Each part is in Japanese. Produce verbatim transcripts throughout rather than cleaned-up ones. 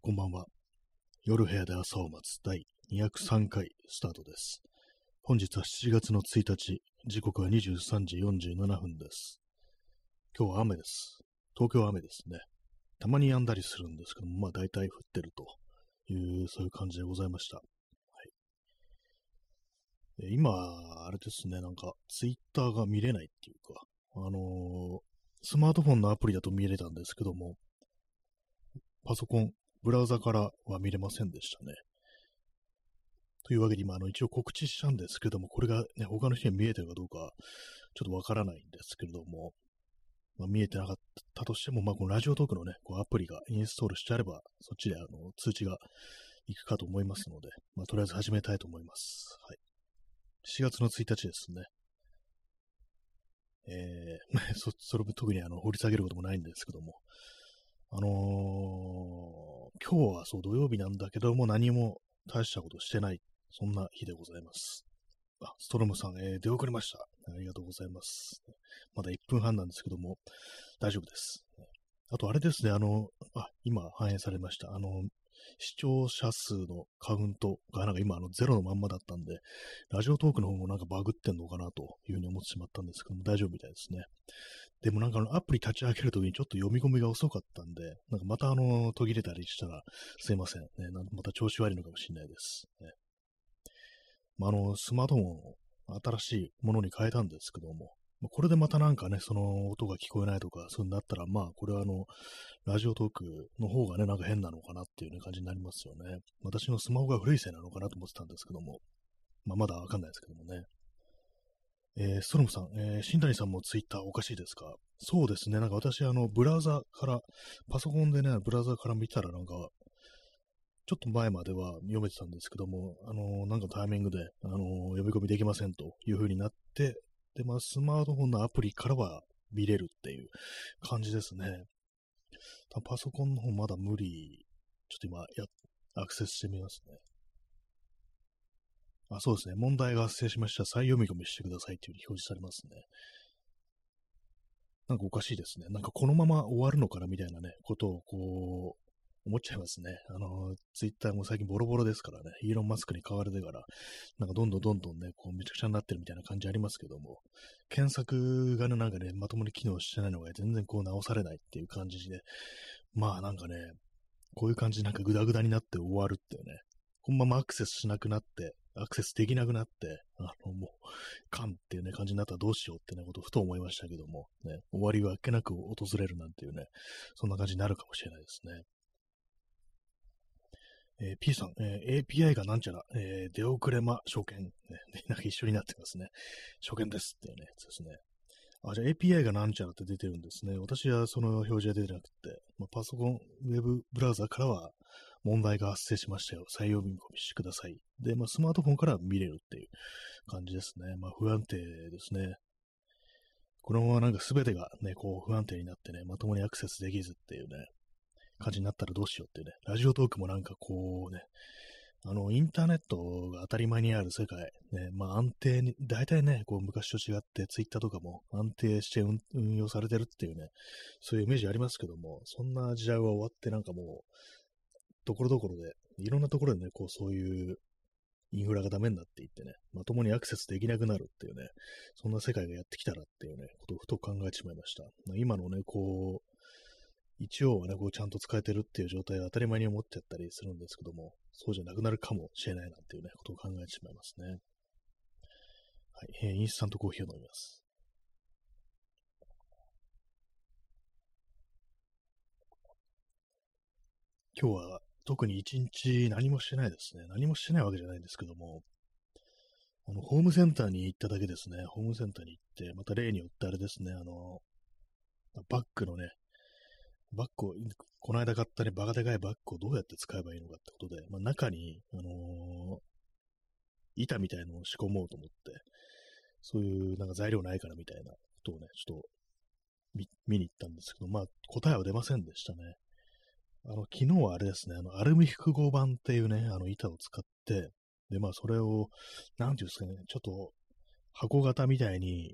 こんばんは。夜部屋で朝を待つ第にひゃくさんかいスタートです。本日はしちがつのついたち、時刻はにじゅうさんじよんじゅうななふんです。今日は雨です。東京は雨ですね。たまに止んだりするんですけども、まあ大体降ってるという、そういう感じでございました。はい、今、あれですね、なんかツイッターが見れないっていうか、あのー、スマートフォンのアプリだと見れたんですけども、パソコン、ブラウザからは見れませんでしたね。というわけで今、あの、一応告知したんですけども、これがね、他の人に見えてるかどうか、ちょっとわからないんですけれども、まあ、見えてなかったとしても、まあ、このラジオトークのね、こうアプリがインストールしてあれば、そっちであの通知が行くかと思いますので、まあ、とりあえず始めたいと思います。はい。しがつのついたちですね。えー、そ、それも特にあの掘り下げることもないんですけども、あのー、今日はそう土曜日なんだけども何も大したことしてない、そんな日でございます。あ、ストロムさん、えー、出遅れました。ありがとうございます。まだいっぷんはんなんですけども、大丈夫です。あと、あれですね、あの、あ、今反映されました。あの、視聴者数のカウントがなんか今あのゼロのまんまだったんで、ラジオトークの方もなんかバグってんのかなというふうに思ってしまったんですけども、大丈夫みたいですね。でもなんかあのアプリ立ち上げるときにちょっと読み込みが遅かったんで、なんかまたあの途切れたりしたらすいませんね。また調子悪いのかもしれないです。ね、まあ、あのスマートフォンを新しいものに変えたんですけども、これでまたなんかね、その音が聞こえないとか、そうなったら、まあ、これはあの、ラジオトークの方がね、なんか変なのかなっていう、ね、感じになりますよね。私のスマホが古いせいなのかなと思ってたんですけども、まあ、まだわかんないですけどもね。えー、ストロムさん、えー、新谷さんもツイッターおかしいですか？そうですね、なんか私、あの、ブラウザから、パソコンでね、ブラウザから見たらなんか、ちょっと前までは読めてたんですけども、あのー、なんかタイミングで、あのー、読み込みできませんという風になって、で、まあ、スマートフォンのアプリからは見れるっていう感じですね。パソコンの方まだ無理。ちょっと今や、アクセスしてみますね。あ、そうですね。問題が発生しました。再読み込みしてくださいっていう風に表示されますね。なんかおかしいですね。なんかこのまま終わるのかなみたいなね、ことをこう、思っちゃいますね。あの、ツイッターも最近ボロボロですからね、イーロン・マスクに変わるでから、なんかどんどんどんどんね、こうめちゃくちゃになってるみたいな感じありますけども、検索がね、なんかね、まともに機能してないのが全然こう直されないっていう感じで、まあなんかね、こういう感じでなんかグダグダになって終わるっていうね、このままアクセスしなくなって、アクセスできなくなって、あの、もう、かんっていうね、感じになったらどうしようってね、ことをふと思いましたけども、ね、終わりはあっけなく訪れるなんていうね、そんな感じになるかもしれないですね。えー、P さん、えー、エーピーアイ がなんちゃら、えー、出遅れま初見、ね、なんか一緒になってますね。初見ですっていうね、やつですね。あ、じゃあ エーピーアイ がなんちゃらって出てるんですね。私はその表示が出てなくて、まあ、パソコン、ウェブブラウザからは問題が発生しましたよ。再読み込みしてください。で、まあ、スマートフォンから見れるっていう感じですね。まあ、不安定ですね。このままなんか全てがね、こう不安定になってね、まともにアクセスできずっていうね、感じになったらどうしようっていうね、ラジオトークもなんかこうね、あの、インターネットが当たり前にある世界、ね、まあ安定に、大体ね、こう昔と違って、ツイッターとかも安定して運運用されてるっていうね、そういうイメージありますけども、そんな時代は終わってなんかもう、ところどころで、いろんなところでね、こうそういうインフラがダメになっていってね、まともにアクセスできなくなるっていうね、そんな世界がやってきたらっていうね、ことをふと考えてしまいました。まあ、今のね、こう、一応はね、こうちゃんと使えてるっていう状態は当たり前に思ってたりするんですけども、そうじゃなくなるかもしれないなんていうね、ことを考えてしまいますね。はい、えー、インスタントコーヒーを飲みます。今日は特に一日何もしてないですね。何もしてないわけじゃないんですけども、あの、ホームセンターに行っただけですね。ホームセンターに行って、また例によってあれですね、あの、バッグのね、バッグを、この間買ったね、バカでかいバッグをどうやって使えばいいのかってことで、まあ、中に、あのー板みたいのを仕込もうと思って、そういうなんか材料ないからみたいなことをね、ちょっと見見に行ったんですけど、まあ答えは出ませんでしたね。あの、昨日はあれですね、あの、アルミ複合板っていうね、あの板を使って、で、まあそれを、なんていうんですかね、ちょっと箱型みたいに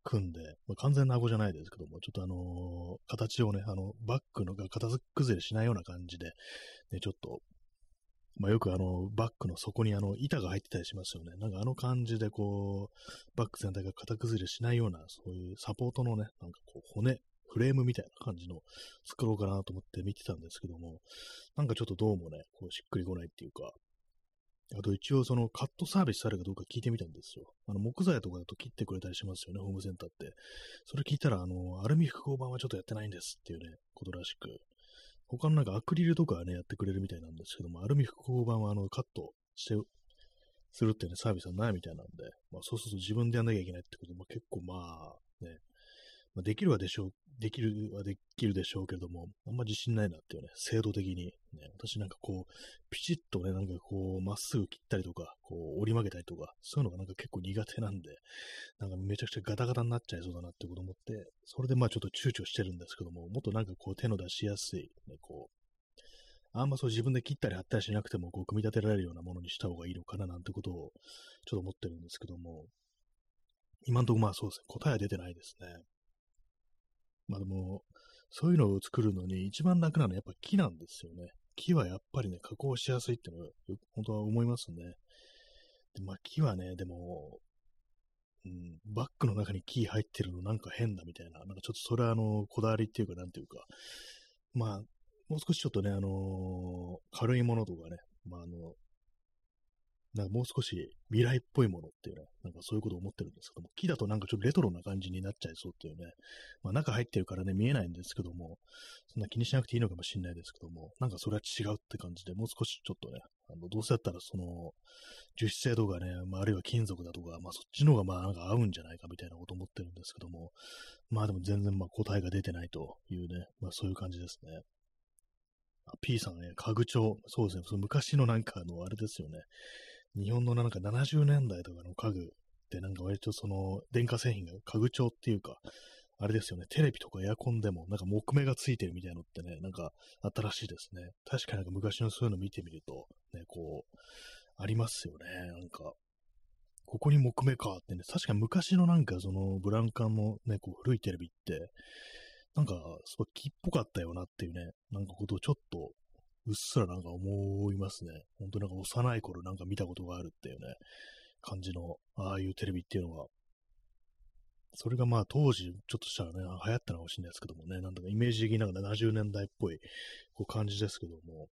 組んで、まあ、完全な顎じゃないですけども、ちょっとあのー形をね、あの、バッグのが型崩れしないような感じで、ね、ちょっと、まあ、よくあの、バッグの底にあの、板が入ってたりしますよね。なんかあの感じでこう、バッグ全体が型崩れしないような、そういうサポートのね、なんかこう、骨、フレームみたいな感じの作ろうかなと思って見てたんですけども、なんかちょっとどうもね、こう、しっくりこないっていうか、あと一応そのカットサービスあるかどうか聞いてみたんですよ。あの木材とかだと切ってくれたりしますよね、ホームセンターって。それ聞いたら、あの、アルミ複合板はちょっとやってないんですっていうね、ことらしく。他のなんかアクリルとかはね、やってくれるみたいなんですけども、アルミ複合板はあのカットしてするっていうね、サービスはないみたいなんで、まあそうすると自分でやんなきゃいけないってことで、まあ、結構まあね、まあ、できるはでしょう、できるはできるでしょうけども、あんま自信ないなっていうね、制度的に、ね、私なんかこう、ピチッとね、なんかこう、まっすぐ切ったりとか、こう、折り曲げたりとか、そういうのがなんか結構苦手なんで、なんかめちゃくちゃガタガタになっちゃいそうだなってこと思って、それでまあちょっと躊躇してるんですけども、もっとなんかこう、手の出しやすい、ね、こう、あんまそう自分で切ったり貼ったりしなくても、こう、組み立てられるようなものにした方がいいのかななんてことを、ちょっと思ってるんですけども、今んとこまあそうですね、答えは出てないですね。まあでも、そういうのを作るのに一番楽なのはやっぱ木なんですよね。木はやっぱりね、加工しやすいっていうのは、本当は思いますね。で、まあ木はね、でも、うん、バッグの中に木入ってるのなんか変だみたいな、なんかちょっとそれはあの、こだわりっていうか、なんていうか、まあ、もう少しちょっとね、あのー軽いものとかね、まああの、なんかもう少し未来っぽいものっていうね、なんかそういうことを思ってるんですけども、木だとなんかちょっとレトロな感じになっちゃいそうっていうね、まあ中入ってるからね、見えないんですけども、そんな気にしなくていいのかもしれないですけども、なんかそれは違うって感じで、もう少しちょっとね、あの、どうせだったらその、樹脂製とかね、まああるいは金属だとか、まあそっちの方がまあなんか合うんじゃないかみたいなこと思ってるんですけども、まあでも全然まあ答えが出てないというね、まあそういう感じですね。あ P さんね、家具調、そうですね、その昔のなんかあの、あれですよね、日本のなんかななじゅうねんだいとかの家具ってなんか割とその電化製品が家具調っていうか、あれですよね、テレビとかエアコンでもなんか木目がついてるみたいなのってね、なんか新しいですね。確かになんか昔のそういうの見てみると、ね、こう、ありますよね。なんか、ここに木目かってね、確かに昔のなんかそのブランカンのね、こう古いテレビって、なんかすごい木っぽかったよなっていうね、なんかことをちょっとうっすらなんか思いますね。本当なんか幼い頃なんか見たことがあるっていうね、感じの、ああいうテレビっていうのが、それがまあ当時ちょっとしたらね、流行ったのかもしれないですけどもね、なんだかイメージ的になんかななじゅうねんだいっぽいこう感じですけども、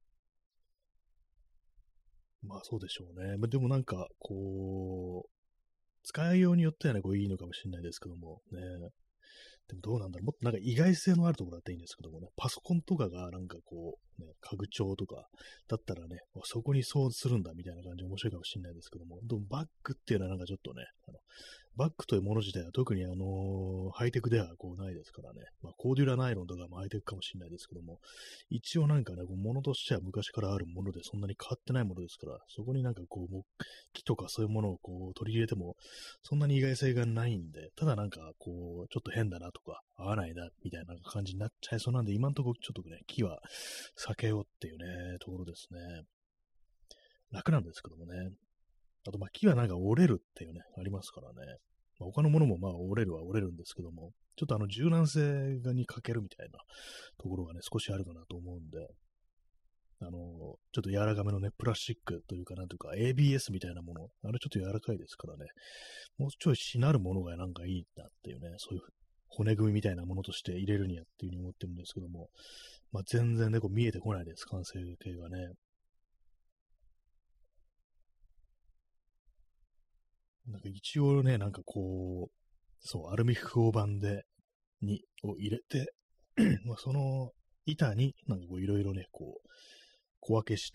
まあそうでしょうね。まあ、でもなんかこう、使いようによってはね、こういいのかもしれないですけども、ね、でもどうなんだろう。もっとなんか意外性のあるところだったらいいんですけどもね、パソコンとかがなんかこう、ね、家具調とかだったらね、そこにそうするんだみたいな感じで面白いかもしれないですけども、でもバッグっていうのはなんかちょっとね、あのバッグというもの自体は特にあのーハイテクではこうないですからね、まあ、コーデュラナイロンとかもハイテクかもしれないですけども、一応なんかね、こう物としては昔からあるものでそんなに変わってないものですから、そこになんかこう、木木とかそういうものをこう取り入れても、そんなに意外性がないんで、ただなんかこう、ちょっと変だなとか、合わないな、みたいな感じになっちゃいそうなんで、今んところちょっとね、木は避けようっていうね、ところですね。楽なんですけどもね。あと、まあ、木はなんか折れるっていうね、ありますからね。まあ、他のものもまあ折れるは折れるんですけども、ちょっとあの柔軟性に欠けるみたいなところがね、少しあるかなと思うんで、あの、ちょっと柔らかめのね、プラスチックというか、なんというか、エービーエス みたいなもの、あれちょっと柔らかいですからね、もうちょいしなるものがなんかいいなっていうね、そういう骨組みみたいなものとして入れるにはっていうふうに思ってるんですけども、まあ、全然ね、こう見えてこないです、完成形がね。なんか一応ね、なんかこう、そう、アルミ複合板で、に、を入れて、まあその板に、なんかこういろいろね、こう、小分けした、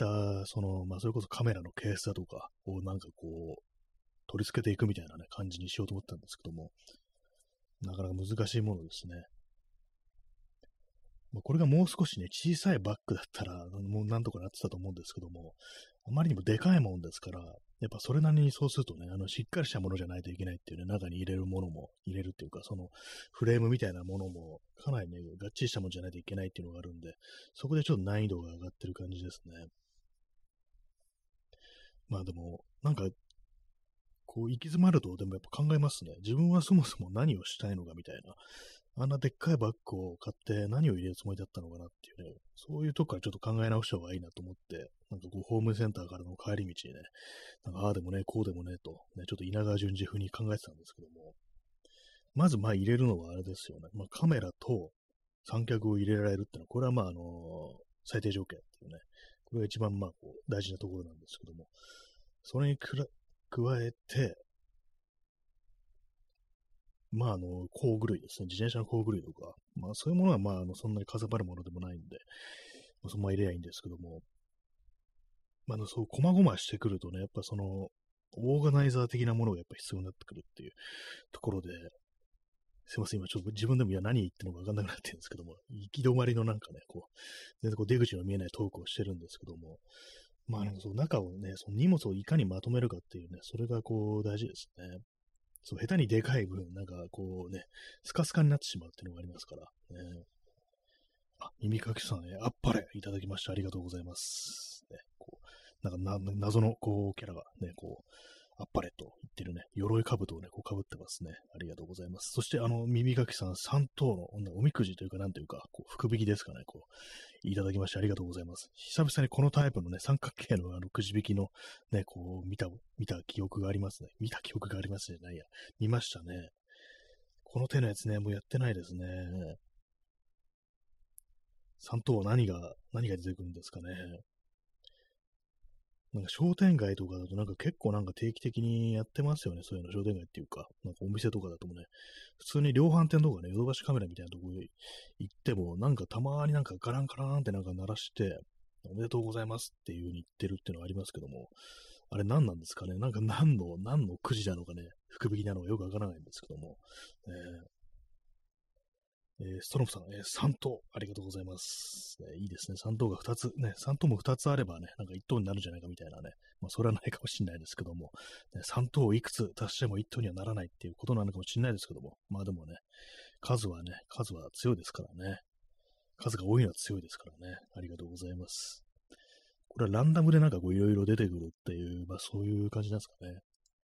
その、まあそれこそカメラのケースだとかをなんかこう、取り付けていくみたいなね、感じにしようと思ったんですけども、なかなか難しいものですね。まあ、これがもう少しね、小さいバッグだったら、もうなんとかなってたと思うんですけども、あまりにもでかいもんですから、やっぱそれなりにそうするとね、あの、しっかりしたものじゃないといけないっていうね、中に入れるものも、入れるっていうか、その、フレームみたいなものも、かなりね、がっちりしたものじゃないといけないっていうのがあるんで、そこでちょっと難易度が上がってる感じですね。まあでも、なんか、 こう行き詰まると、でもやっぱ考えますね。自分はそもそも何をしたいのかみたいな。あんなでっかいバッグを買って何を入れるつもりだったのかなっていうね、そういうとこからちょっと考え直した方がいいなと思って、なんかこうホームセンターからの帰り道にね、なんかああでもね、こうでもねと、ね、ちょっと稲川淳二風に考えてたんですけども、まずまあ入れるのはあれですよね。まあカメラと三脚を入れられるっていうのは、これはまああの最低条件っていうね、これが一番まあこう大事なところなんですけども、それにくら加えて、まあ、あの、工具類ですね。自転車の工具類とか、まあ、そういうものは、まあ、あの、そんなにかさばるものでもないんで、まあ、そのまま入れりゃいいんですけども、まあ、あの、そう、細々してくるとね、やっぱその、オーガナイザー的なものがやっぱ必要になってくるっていうところで、すいません、今ちょっと自分でもいや何言ってるのかわかんなくなってるんですけども、行き止まりのなんかね、こう、全然こう出口の見えないトークをしてるんですけども、まあ、なんかその中をね、その荷物をいかにまとめるかっていうね、それがこう大事ですね。そう、下手にでかい分、なんかこうね、スカスカになってしまうっていうのがありますから、ね。あ、耳かきさん、ね、あっぱれいただきましてありがとうございます。ね、こう、なんかな、謎のこう、キャラがね、こう、あっぱれと言ってるね、鎧兜をね、こう被ってますね。ありがとうございます。そして、あの、耳かきさん、さん等のおみくじというか、なんというか、こう福引きですかね、こう、いただきましてありがとうございます。久々にこのタイプのね、三角形のあのくじ引きのね、こう、見た、見た記憶がありますね。見た記憶がありますね。ないや。見ましたね。この手のやつね、もうやってないですね。さん等は何が、何が出てくるんですかね。なんか商店街とかだとなんか結構なんか定期的にやってますよね。そういうの商店街っていうか、なんかお店とかだともね、普通に量販店とかね、ヨドバシカメラみたいなところ行っても、なんかたまになんかガランガランってなんか鳴らして、おめでとうございますっていう風に言ってるっていうのはありますけども、あれ何なんですかね。なんか何の、何のくじなのかね、福引きなのかよくわからないんですけども、えーえー、ストロムさん、えー、さん等、ありがとうございます。ね、いいですね。さん等がふたつ、ね、さん等もふたつあればね、なんかいち等になるんじゃないかみたいなね。まあ、それはないかもしれないですけども、ね、さん等をいくつ足してもいち等にはならないっていうことなのかもしれないですけども、まあでもね、数はね、数は強いですからね。数が多いのは強いですからね。ありがとうございます。これはランダムでなんかこういろいろ出てくるっていう、まあそういう感じなんですかね。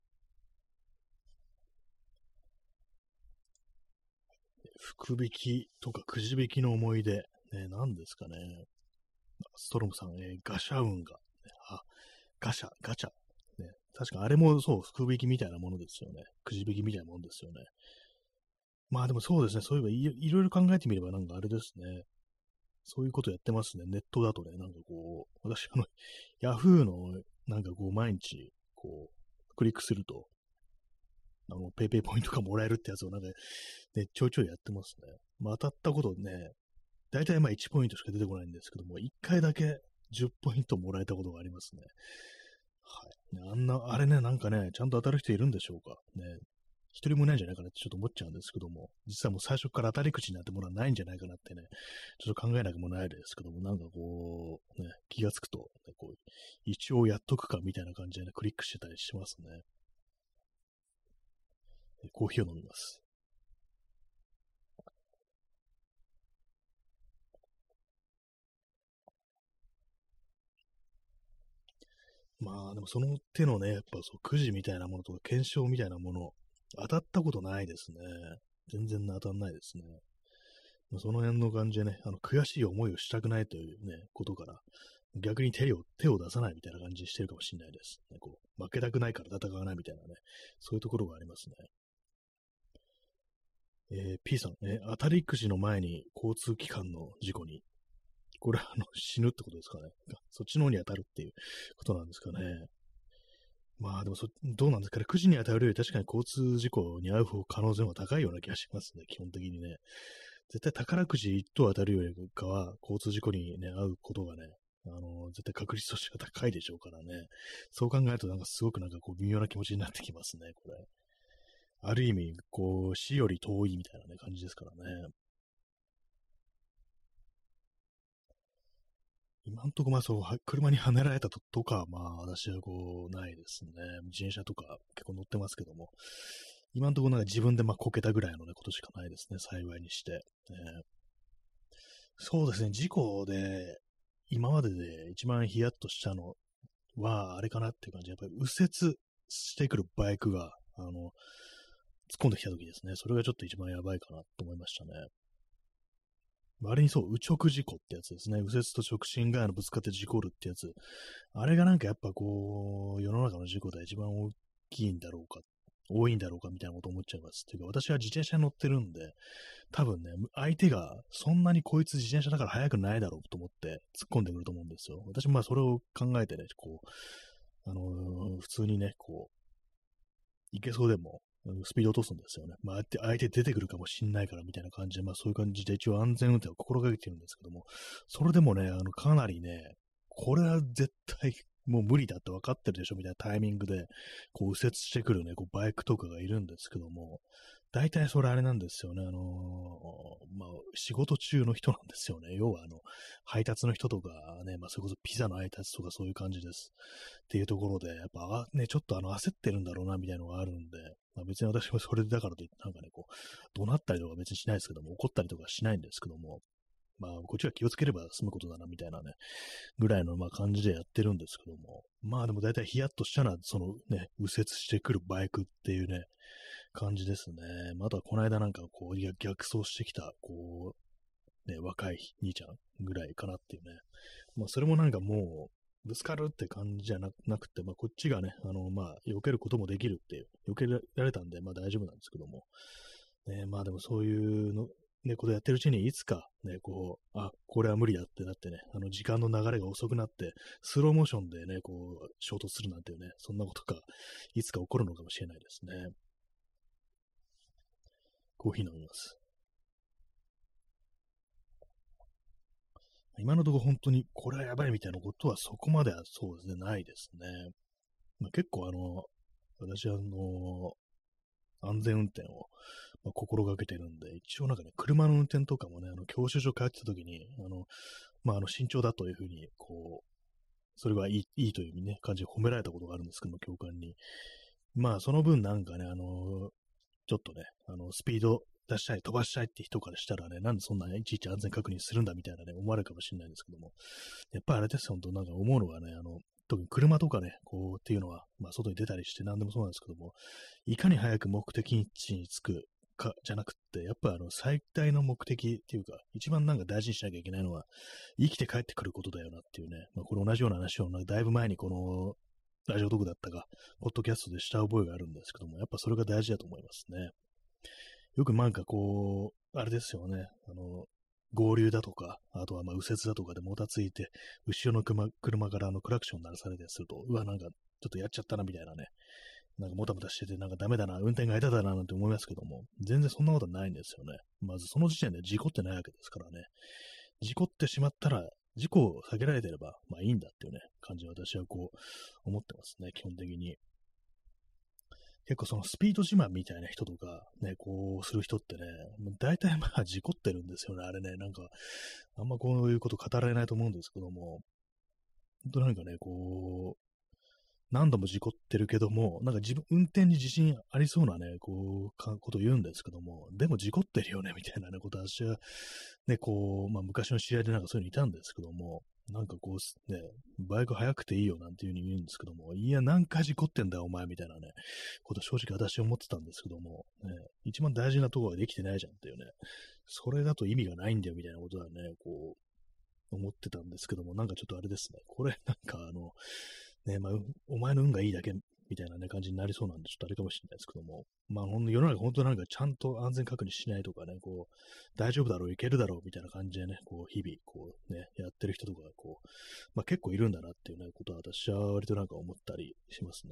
福引きとかくじ引きの思い出、ね、何ですかね。ストロムさん、えーガシャ運が、ね、あ、ガシャ、ガチャ。ね、確かあれもそう、福引きみたいなものですよね。くじ引きみたいなものですよね。まあでもそうですね。そういえばい、いろいろ考えてみればなんかあれですね。そういうことやってますね。ネットだとね、なんかこう、私、あの、ヤフーの、なんかこう、毎日、こう、クリックすると、あの、ペイペイポイントがもらえるってやつをなんか、ね、ちょいちょいやってますね。まあ、当たったことね、大体まあいちポイントしか出てこないんですけども、いっかいだけじゅうポイントもらえたことがありますね。はい。ね、あんな、あれね、なんかね、ちゃんと当たる人いるんでしょうか。ね。一人もいないんじゃないかなってちょっと思っちゃうんですけども、実はもう最初から当たり口になってものはないんじゃないかなってね、ちょっと考えなくもないですけども、なんかこう、ね、気がつくと、ね、こう、一応やっとくかみたいな感じでね、クリックしてたりしますね。コーヒーを飲みます。まあ、でもその手のね、やっぱそう、くじみたいなものとか、検証みたいなもの、当たったことないですね。全然当たんないですね。その辺の感じでね、あの、悔しい思いをしたくないというね、ことから、逆に手を、手を出さないみたいな感じにしてるかもしれないです。ね、こう負けたくないから戦わないみたいなね、そういうところがありますね。えー、P さん、えー当たりくじの前に交通機関の事故に、これはあの死ぬってことですかね。そっちの方に当たるっていうことなんですかね。まあでもそ、どうなんですかね。くじに当たるより確かに交通事故に遭う可能性も高いような気がしますね。基本的にね。絶対宝くじ一等当たるよりかは、交通事故にね、遭うことがね、あの、絶対確率としては高いでしょうからね。そう考えるとなんかすごくなんかこう微妙な気持ちになってきますね、これ。ある意味、こう、死より遠いみたいなね、感じですからね。今んとこまあそう、は車にはねられたととか、まあ私はこう、ないですね。自転車とか結構乗ってますけども。今んとこなんか自分でまあこけたぐらいのね、ことしかないですね、幸いにして。ね、そうですね、事故で、今までで一番ヒヤッとしたのは、あれかなっていう感じ。やっぱり右折してくるバイクが、あの、突っ込んできた時ですね、それがちょっと一番やばいかなと思いましたね。割にそう、右直事故ってやつですね。右折と直進があのぶつかって事故るってやつ。あれがなんかやっぱこう、世の中の事故で一番大きいんだろうか、多いんだろうかみたいなこと思っちゃいます。っていうか、私は自転車に乗ってるんで、多分ね、相手がそんなにこいつ自転車だから速くないだろうと思って突っ込んでくると思うんですよ。私もまあそれを考えてね、こう、あのー普通にね、こう、いけそうでも、スピード落とすんですよね。まあ、相手出てくるかもしんないからみたいな感じで、まあそういう感じで一応安全運転を心がけてるんですけども、それでもね、あの、かなりね、これは絶対もう無理だって分かってるでしょみたいなタイミングで、こう右折してくるね、こうバイクとかがいるんですけども、大体それあれなんですよね。あのーまあ、仕事中の人なんですよね。要は、あの、配達の人とかね、まあ、それこそピザの配達とかそういう感じです。っていうところで、やっぱ、あね、ちょっとあの、焦ってるんだろうな、みたいなのがあるんで、まあ、別に私もそれだからといって、なんかね、こう、怒鳴ったりとか別にしないですけども、怒ったりとかしないんですけども、まあ、こっちは気をつければ済むことだな、みたいなね、ぐらいの、まあ、感じでやってるんですけども、まあ、でも大体ヒヤッとしたのは、そのね、右折してくるバイクっていうね、感じですね。まあ、あとはこの間なんかこう、逆走してきた、こう、ね、若い兄ちゃんぐらいかなっていうね。まあ、それもなんかもう、ぶつかるって感じじゃななくて、まあ、こっちがね、あの、まあ、避けることもできるっていう、避けられたんで、まあ大丈夫なんですけども。ね、まあでもそういうの、ね、ことやってるうちにいつか、ね、こう、あ、これは無理だってなってね、あの、時間の流れが遅くなって、スローモーションでね、こう、衝突するなんていうね、そんなことが、いつか起こるのかもしれないですね。コーヒー飲みます。今のところ本当にこれはやばいみたいなことはそこまではそうですね、ないですね。まあ、結構あの、私はあの、安全運転を、まあ、心がけてるんで、一応なんかね、車の運転とかもね、あの、教習所通ってた時に、あの、まあ、あの、慎重だというふうに、こう、それはいい、いいというね、感じで褒められたことがあるんですけども、教官に。まあ、その分なんかね、あの、ちょっとね、あの、スピード出したい、飛ばしたいって人からしたらね、なんでそんないちいち安全確認するんだみたいなね、思われるかもしれないんですけども、やっぱりあれですよ、本当なんか思うのがね、あの、特に車とかね、こうっていうのは、まあ外に出たりして何でもそうなんですけども、いかに早く目的地に着くかじゃなくって、やっぱあの最大の目的っていうか、一番なんか大事にしなきゃいけないのは、生きて帰ってくることだよなっていうね、まあこれ同じような話を、だいぶ前にこの、ラジオトークだったか、ポッドキャストでした覚えがあるんですけども、やっぱそれが大事だと思いますね。よくなんかこう、あれですよね、あの、合流だとか、あとはまあ右折だとかでもたついて、後ろの車車からあのクラクション鳴らされたりすると、うわ、なんかちょっとやっちゃったなみたいなね、なんかもたもたしてて、なんかダメだな、運転が下手だななんて思いますけども、全然そんなことはないんですよね。まずその時点で事故ってないわけですからね。事故ってしまったら、事故を避けられてれば、まあいいんだっていうね、感じで私はこう、思ってますね、基本的に。結構そのスピード自慢みたいな人とか、ね、こうする人ってね、もう大体まあ事故ってるんですよね、あれね。なんか、あんまこういうこと語られないと思うんですけども、本当なんかね、こう、何度も事故ってるけども、なんか自分、運転に自信ありそうなね、こう、かことを言うんですけども、でも事故ってるよね、みたいなね、ことは私は、ね、こう、まあ昔の知り合いでなんかそういうのいたんですけども、なんかこう、ね、バイク速くていいよなんていう風に言うんですけども、いや、何回事故ってんだよ、お前、みたいなね、こと正直私は思ってたんですけども、ね、一番大事なところができてないじゃんっていうね、それだと意味がないんだよ、みたいなことはね、こう、思ってたんですけども、なんかちょっとあれですね、これなんかあの、ね、まあ、お前の運がいいだけみたいなね、感じになりそうなんで、ちょっとあれかもしれないですけども、まあ、ほんの世の中本当なんかちゃんと安全確認しないとかね、こう、大丈夫だろう、いけるだろう、みたいな感じでね、こう、日々、こう、ね、やってる人とか、こう、まあ結構いるんだなっていうね、ことは私は割となんか思ったりしますね。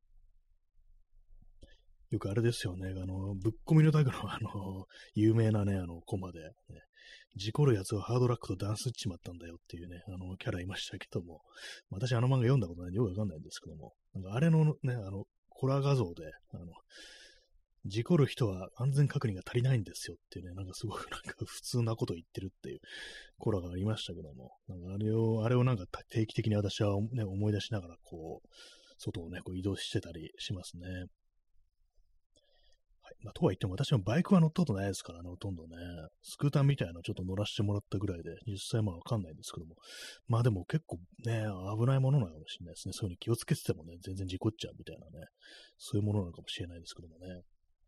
よくあれですよね、あの、ぶっ込みのタグのあの、有名なね、あの、コマで、ね、事故るやつをハードラックとダンスっちまったんだよっていうね、あの、キャラいましたけども、私あの漫画読んだことないんでよくわかんないんですけども、なんかあれのね、あの、コラ画像で、あの、事故る人は安全確認が足りないんですよっていうね、なんかすごくなんか普通なこと言ってるっていうコラがありましたけども、なんかあれを、あれをなんか定期的に私はね、思い出しながら、こう、外をね、こう移動してたりしますね。 まあ、とは言っても私はバイクは乗ったことないですからね、ほとんどね。スクーターみたいなのちょっと乗らせてもらったぐらいで、実際まあわかんないんですけども。まあでも結構ね、危ないものなのかもしれないですね。そういうふうに気をつけててもね、全然事故っちゃうみたいなね、そういうものなのかもしれないですけどもね。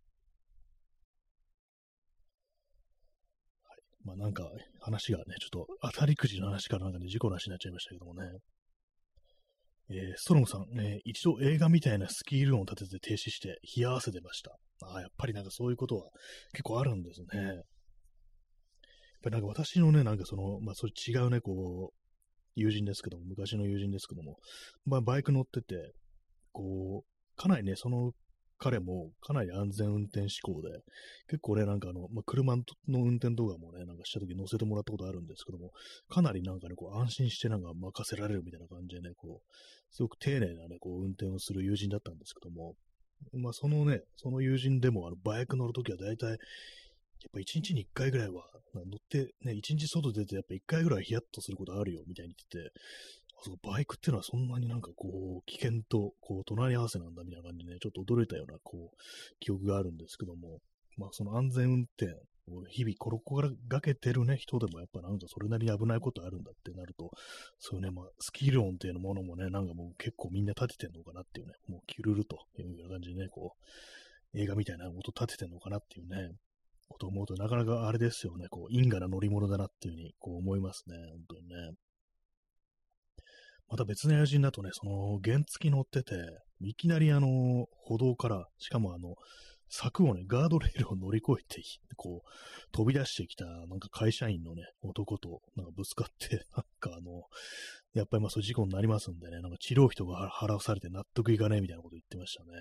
まあなんか話がね、ちょっと当たりくじの話からなんかね、事故の話になっちゃいましたけどもね。えーストロムさん、えー一度映画みたいなスキール音を立てて停止して冷や汗出ました。ああ、やっぱりなんかそういうことは結構あるんですね。やっぱりなんか私のね、なんかその、まあそれ違うね、こう、友人ですけども、昔の友人ですけども、まあバイク乗ってて、こう、かなりね、その彼もかなり安全運転志向で、結構ね、なんかあの、まあ、車の運転とかもね、なんかした時乗せてもらったことあるんですけども、かなりなんかね、こう安心してなんか任せられるみたいな感じでね、こう、すごく丁寧なね、こう運転をする友人だったんですけども、まあそのね、その友人でもあのバイク乗るときは大体、やっぱ一日に一回ぐらいは乗ってね、一日外出てやっぱ一回ぐらいヒヤッとすることあるよみたいに言ってて、そうバイクっていうのはそんなになんかこう、危険と、こう、隣り合わせなんだみたいな感じでね、ちょっと驚いたような、こう、記憶があるんですけども、まあ、その安全運転を日々心がけてるね、人でもやっぱなんかそれなりに危ないことあるんだってなると、そういうね、まあ、スキル音っていうものもね、なんかもう結構みんな立ててんのかなっていうね、もうキュルルというような感じでね、こう、映画みたいな音立ててんのかなっていうね、ことを思うとなかなかあれですよね、こう、因果な乗り物だなっていうふうにこう思いますね、本当にね。また別の友人だとね、その原付乗ってて、いきなりあの、歩道から、しかもあの、柵をね、ガードレールを乗り越えて、こう、飛び出してきた、なんか会社員のね、男と、なんかぶつかって、なんかあの、やっぱりまあそういう事故になりますんでね、なんか治療費とか払わされて納得いかねえみたいなこと言ってましたね。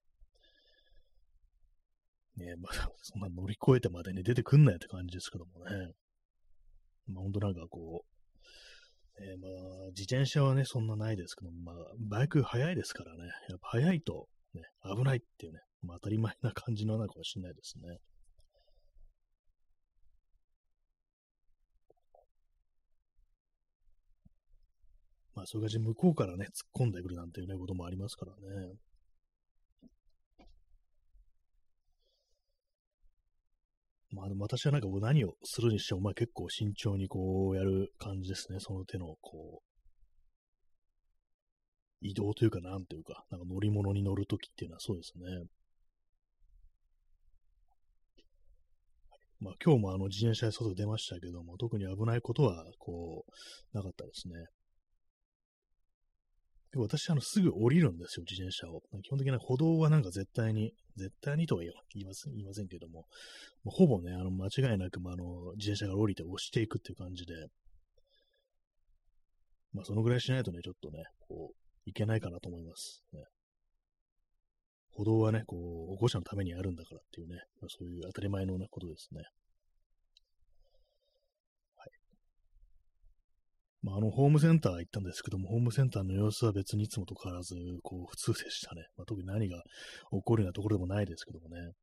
ねまあ、そんな乗り越えてまでね、出てくんなよって感じですけどもね。まあ、ほんとなんかこう、えー、まあ、自転車はね、そんなないですけども、まあ、バイク速いですからね、やっぱ速いと、ね、危ないっていうね、まあ、当たり前な感じのなのかもしれないですね。まあ、それがじ向こうからね、突っ込んでくるなんていうね、こともありますからね。まあ、でも私はなんかこう何をするにしても、まあ結構慎重にこうやる感じですね。その手のこう、移動というかなんというか、なんか乗り物に乗るときっていうのはそうですね。まあ今日もあの自転車で外出ましたけども、特に危ないことはこう、なかったですね。で私、あの、すぐ降りるんですよ、自転車を。基本的な歩道はなんか絶対に、絶対にとは言いません、言いませんけども、もうほぼね、あの、間違いなく、まあ、あの、自転車から降りて押していくっていう感じで、まあ、そのぐらいしないとね、ちょっとね、こう、いけないかなと思います。ね、歩道はね、こう、歩行者のためにあるんだからっていうね、まあ、そういう当たり前のね、ことですね。はい。まあ、あの、ホームセンター行ったんですけども、ホームセンターの様子は別にいつもと変わらず、こう、普通でしたね。まあ、特に何が起こるようなところでもないですけどもね。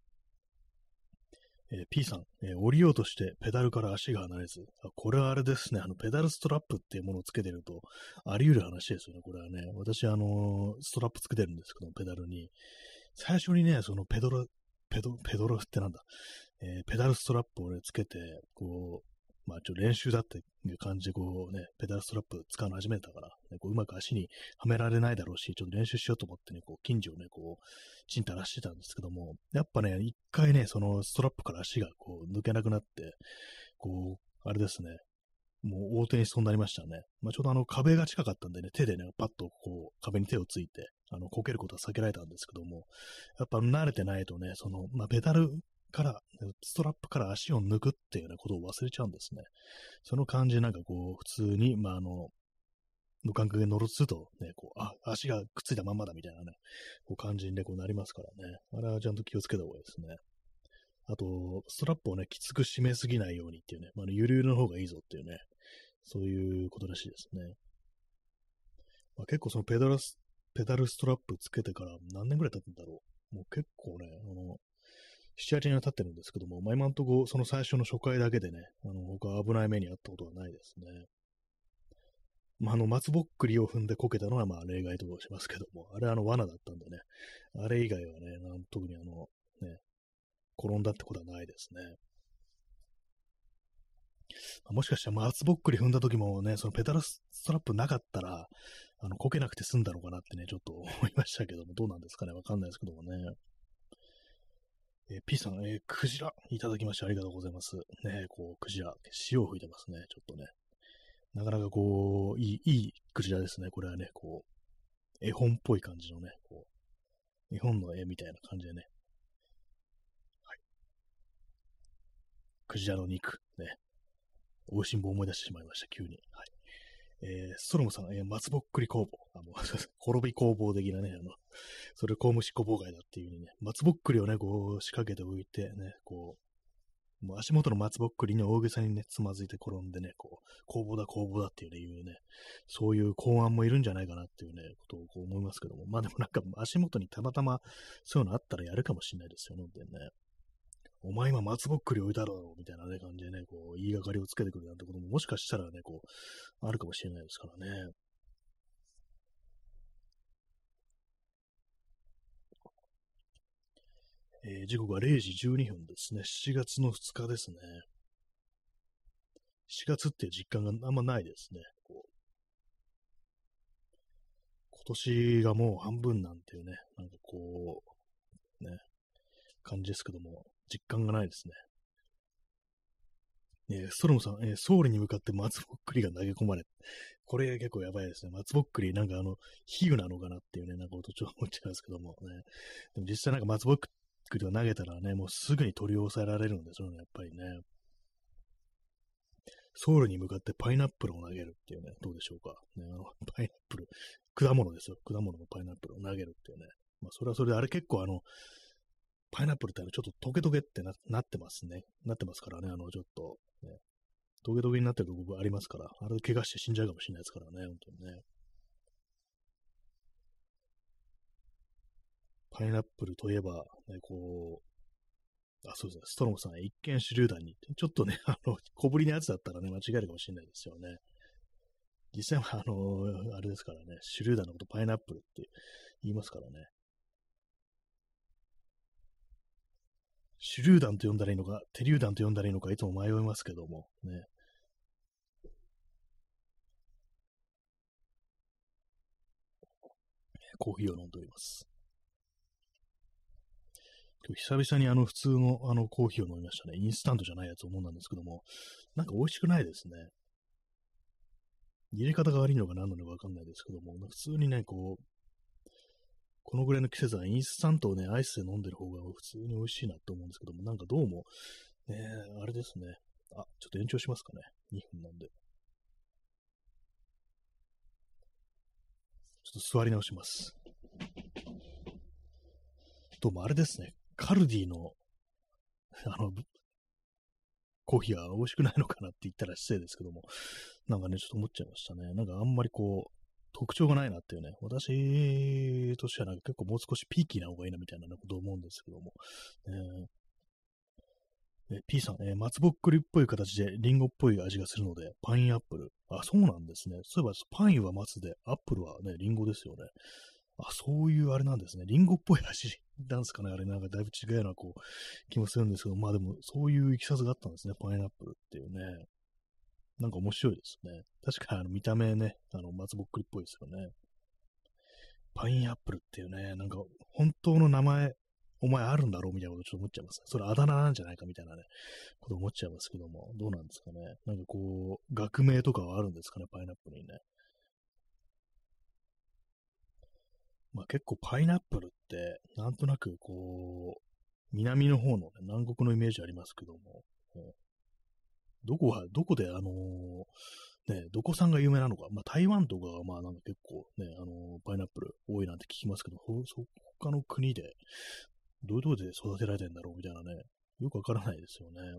えー P さん、えー降りようとしてペダルから足が離れず、あこれはあれですね、あの、ペダルストラップっていうものをつけてると、あり得る話ですよね、これはね。私、あのーストラップつけてるんですけど、ペダルに。最初にね、そのペドロ、ペド、ペドロってなんだ、えーペダルストラップをね、つけて、こう、まあ、ちょっと練習だっていう感じで、こうね、ペダルストラップ使うの始めたから、ね、こううまく足にはめられないだろうし、ちょっと練習しようと思ってね、こう、近所をね、こう、ちんたらしてたんですけども、やっぱね、一回ね、そのストラップから足がこう、抜けなくなって、こう、あれですね、もう横転しそうになりましたね。まあ、ちょうどあの壁が近かったんでね、手でね、パッとこう、壁に手をついて、あの、こけることは避けられたんですけども、やっぱ慣れてないとね、その、まあ、ペダルから、ストラップから足を抜くっていうようなことを忘れちゃうんですね。その感じでなんかこう、普通に、まあ、あの、の感覚で乗ると、ね、こう、あ、足がくっついたまんまだみたいなね、こう感じにね、こうなりますからね。あれはちゃんと気をつけた方がいいですね。あと、ストラップをね、きつく締めすぎないようにっていうね、まあ、ゆるゆるの方がいいぞっていうね、そういうことらしいですね。まあ、結構そのペダルス、ペダルストラップつけてから何年ぐらい経ってんだろう。もう結構ね、あの、なな、はちねんは経ってるんですけども、まあ、今んとこその最初の初回だけでね、あの、他危ない目にあったことはないですね。まあ、あの、松ぼっくりを踏んでこけたのは、まあ、例外としますけども、あれはあの、罠だったんでね、あれ以外はね、なん特にあの、ね、 転んだってことはないですね。もしかしたら松ぼっくり踏んだ時もね、そのペダルストラップなかったら、あの、こけなくて済んだのかなってね、ちょっと思いましたけども、どうなんですかね、わかんないですけどもね。えー、P さん、えー、クジラいただきましてありがとうございます。ね、こう、クジラ、潮を吹いてますね、ちょっとね。なかなかこう、いい、いいクジラですね、これはね、こう、絵本っぽい感じのね、こう、絵本の絵みたいな感じでね、はい、クジラの肉、ね、美味しんぼを思い出してしまいました、急に。はい。えー、ストロムさん、えー、松ぼっくり工房。あ、もう、滅び工房的なね、あの、それ、公務執行妨害だっていう風にね、松ぼっくりをね、こう、仕掛けておいて、ね、こう、もう足元の松ぼっくりに大げさにね、つまずいて転んでね、こう、工房だ、工房だっていうね、いうね、そういう公安もいるんじゃないかなっていうね、ことをこう思いますけども、まあでもなんか足元にたまたまそういうのあったらやるかもしれないですよね、本当にね。お前今松ぼっくり置いたろ、みたいなね、感じでね、こう、言いがかりをつけてくるなんてことももしかしたらね、こう、あるかもしれないですからね。えー、時刻はれいじじゅうにふんですね。しちがつのふつかですね。しがつっていう実感があんまないですね。こう今年がもう半分なんていうね、なんかこう、ね、感じですけども、実感がないですね。えー、ストロムさん、えー、総理に向かって松ぼっくりが投げ込まれ、これ結構やばいですね。松ぼっくり、なんかあの、比喩なのかなっていうね、なんかちょっと思っちゃうんですけどもね。でも実際なんか松ぼっくりを投げたらね、もうすぐに取り押さえられるんでしょうね、やっぱりね。ソウルに向かってパイナップルを投げるっていうね、どうでしょうか。ね、あの、パイナップル、果物ですよ。果物のパイナップルを投げるっていうね。まあ、それはそれで、あれ結構あの、パイナップルってあの、ちょっとトゲトゲってななってますね。なってますからね、あの、ちょっと、ね、トゲトゲになってるとこありますから、あれで怪我して死んじゃうかもしれないですからね、本当にね。パイナップルといえば、ね、こう、あ、そうですね、ストロムさん、一見手榴弾に、ちょっとね、あの、小ぶりなやつだったらね、間違えるかもしれないですよね。実際は、あの、あれですからね、手榴弾のことパイナップルって言いますからね。手榴弾と呼んだらいいのか、手榴弾と呼んだらいいのか、いつも迷いますけども、ね。コーヒーを飲んでおります。今日久々にあの普通のあのコーヒーを飲みましたね。インスタントじゃないやつを飲んだんですけども、なんか美味しくないですね。入れ方が悪いのか何なのかわかんないですけども、普通にね、こう、このぐらいの季節はインスタントをね、アイスで飲んでる方が普通に美味しいなと思うんですけども、なんかどうも、ね、あれですね。あ、ちょっと延長しますかね。にふんなんで。ちょっと座り直します。どうもあれですね。カルディの、あの、コーヒーは美味しくないのかなって言ったら失礼ですけども、なんかね、ちょっと思っちゃいましたね。なんかあんまりこう、特徴がないなっていうね、私としてはなんか結構もう少しピーキーな方がいいなみたいなことを思うんですけども、えー、え P さん、えー、松ぼっくりっぽい形でリンゴっぽい味がするので、パインアップル。あ、そうなんですね。そういえば、パインは松で、アップルはね、リンゴですよね。あ、そういうあれなんですね。リンゴっぽい味なんですかね。あれ、なんかだいぶ違うようなこう気もするんですけど、まあでも、そういういきさつがあったんですね。パイナップルっていうね。なんか面白いですね。確かにあの見た目ね、あの松ぼっくりっぽいですよね。パインアップルっていうね、なんか本当の名前、お前あるんだろうみたいなことちょっと思っちゃいますね。それあだ名なんじゃないかみたいなね、こと思っちゃいますけども、どうなんですかね。なんかこう、学名とかはあるんですかね、パイナップルにね。まあ結構パイナップルって、なんとなくこう、南の方の、ね、南国のイメージありますけども、ね、どこは、どこであのーね、どこ産が有名なのか、まあ、台湾とかは、まあ、なんか結構ね、あのーパイナップル多いなんて聞きますけど、ほそ他の国で、どういうとこで育てられてんだろうみたいなね、よくわからないですよね。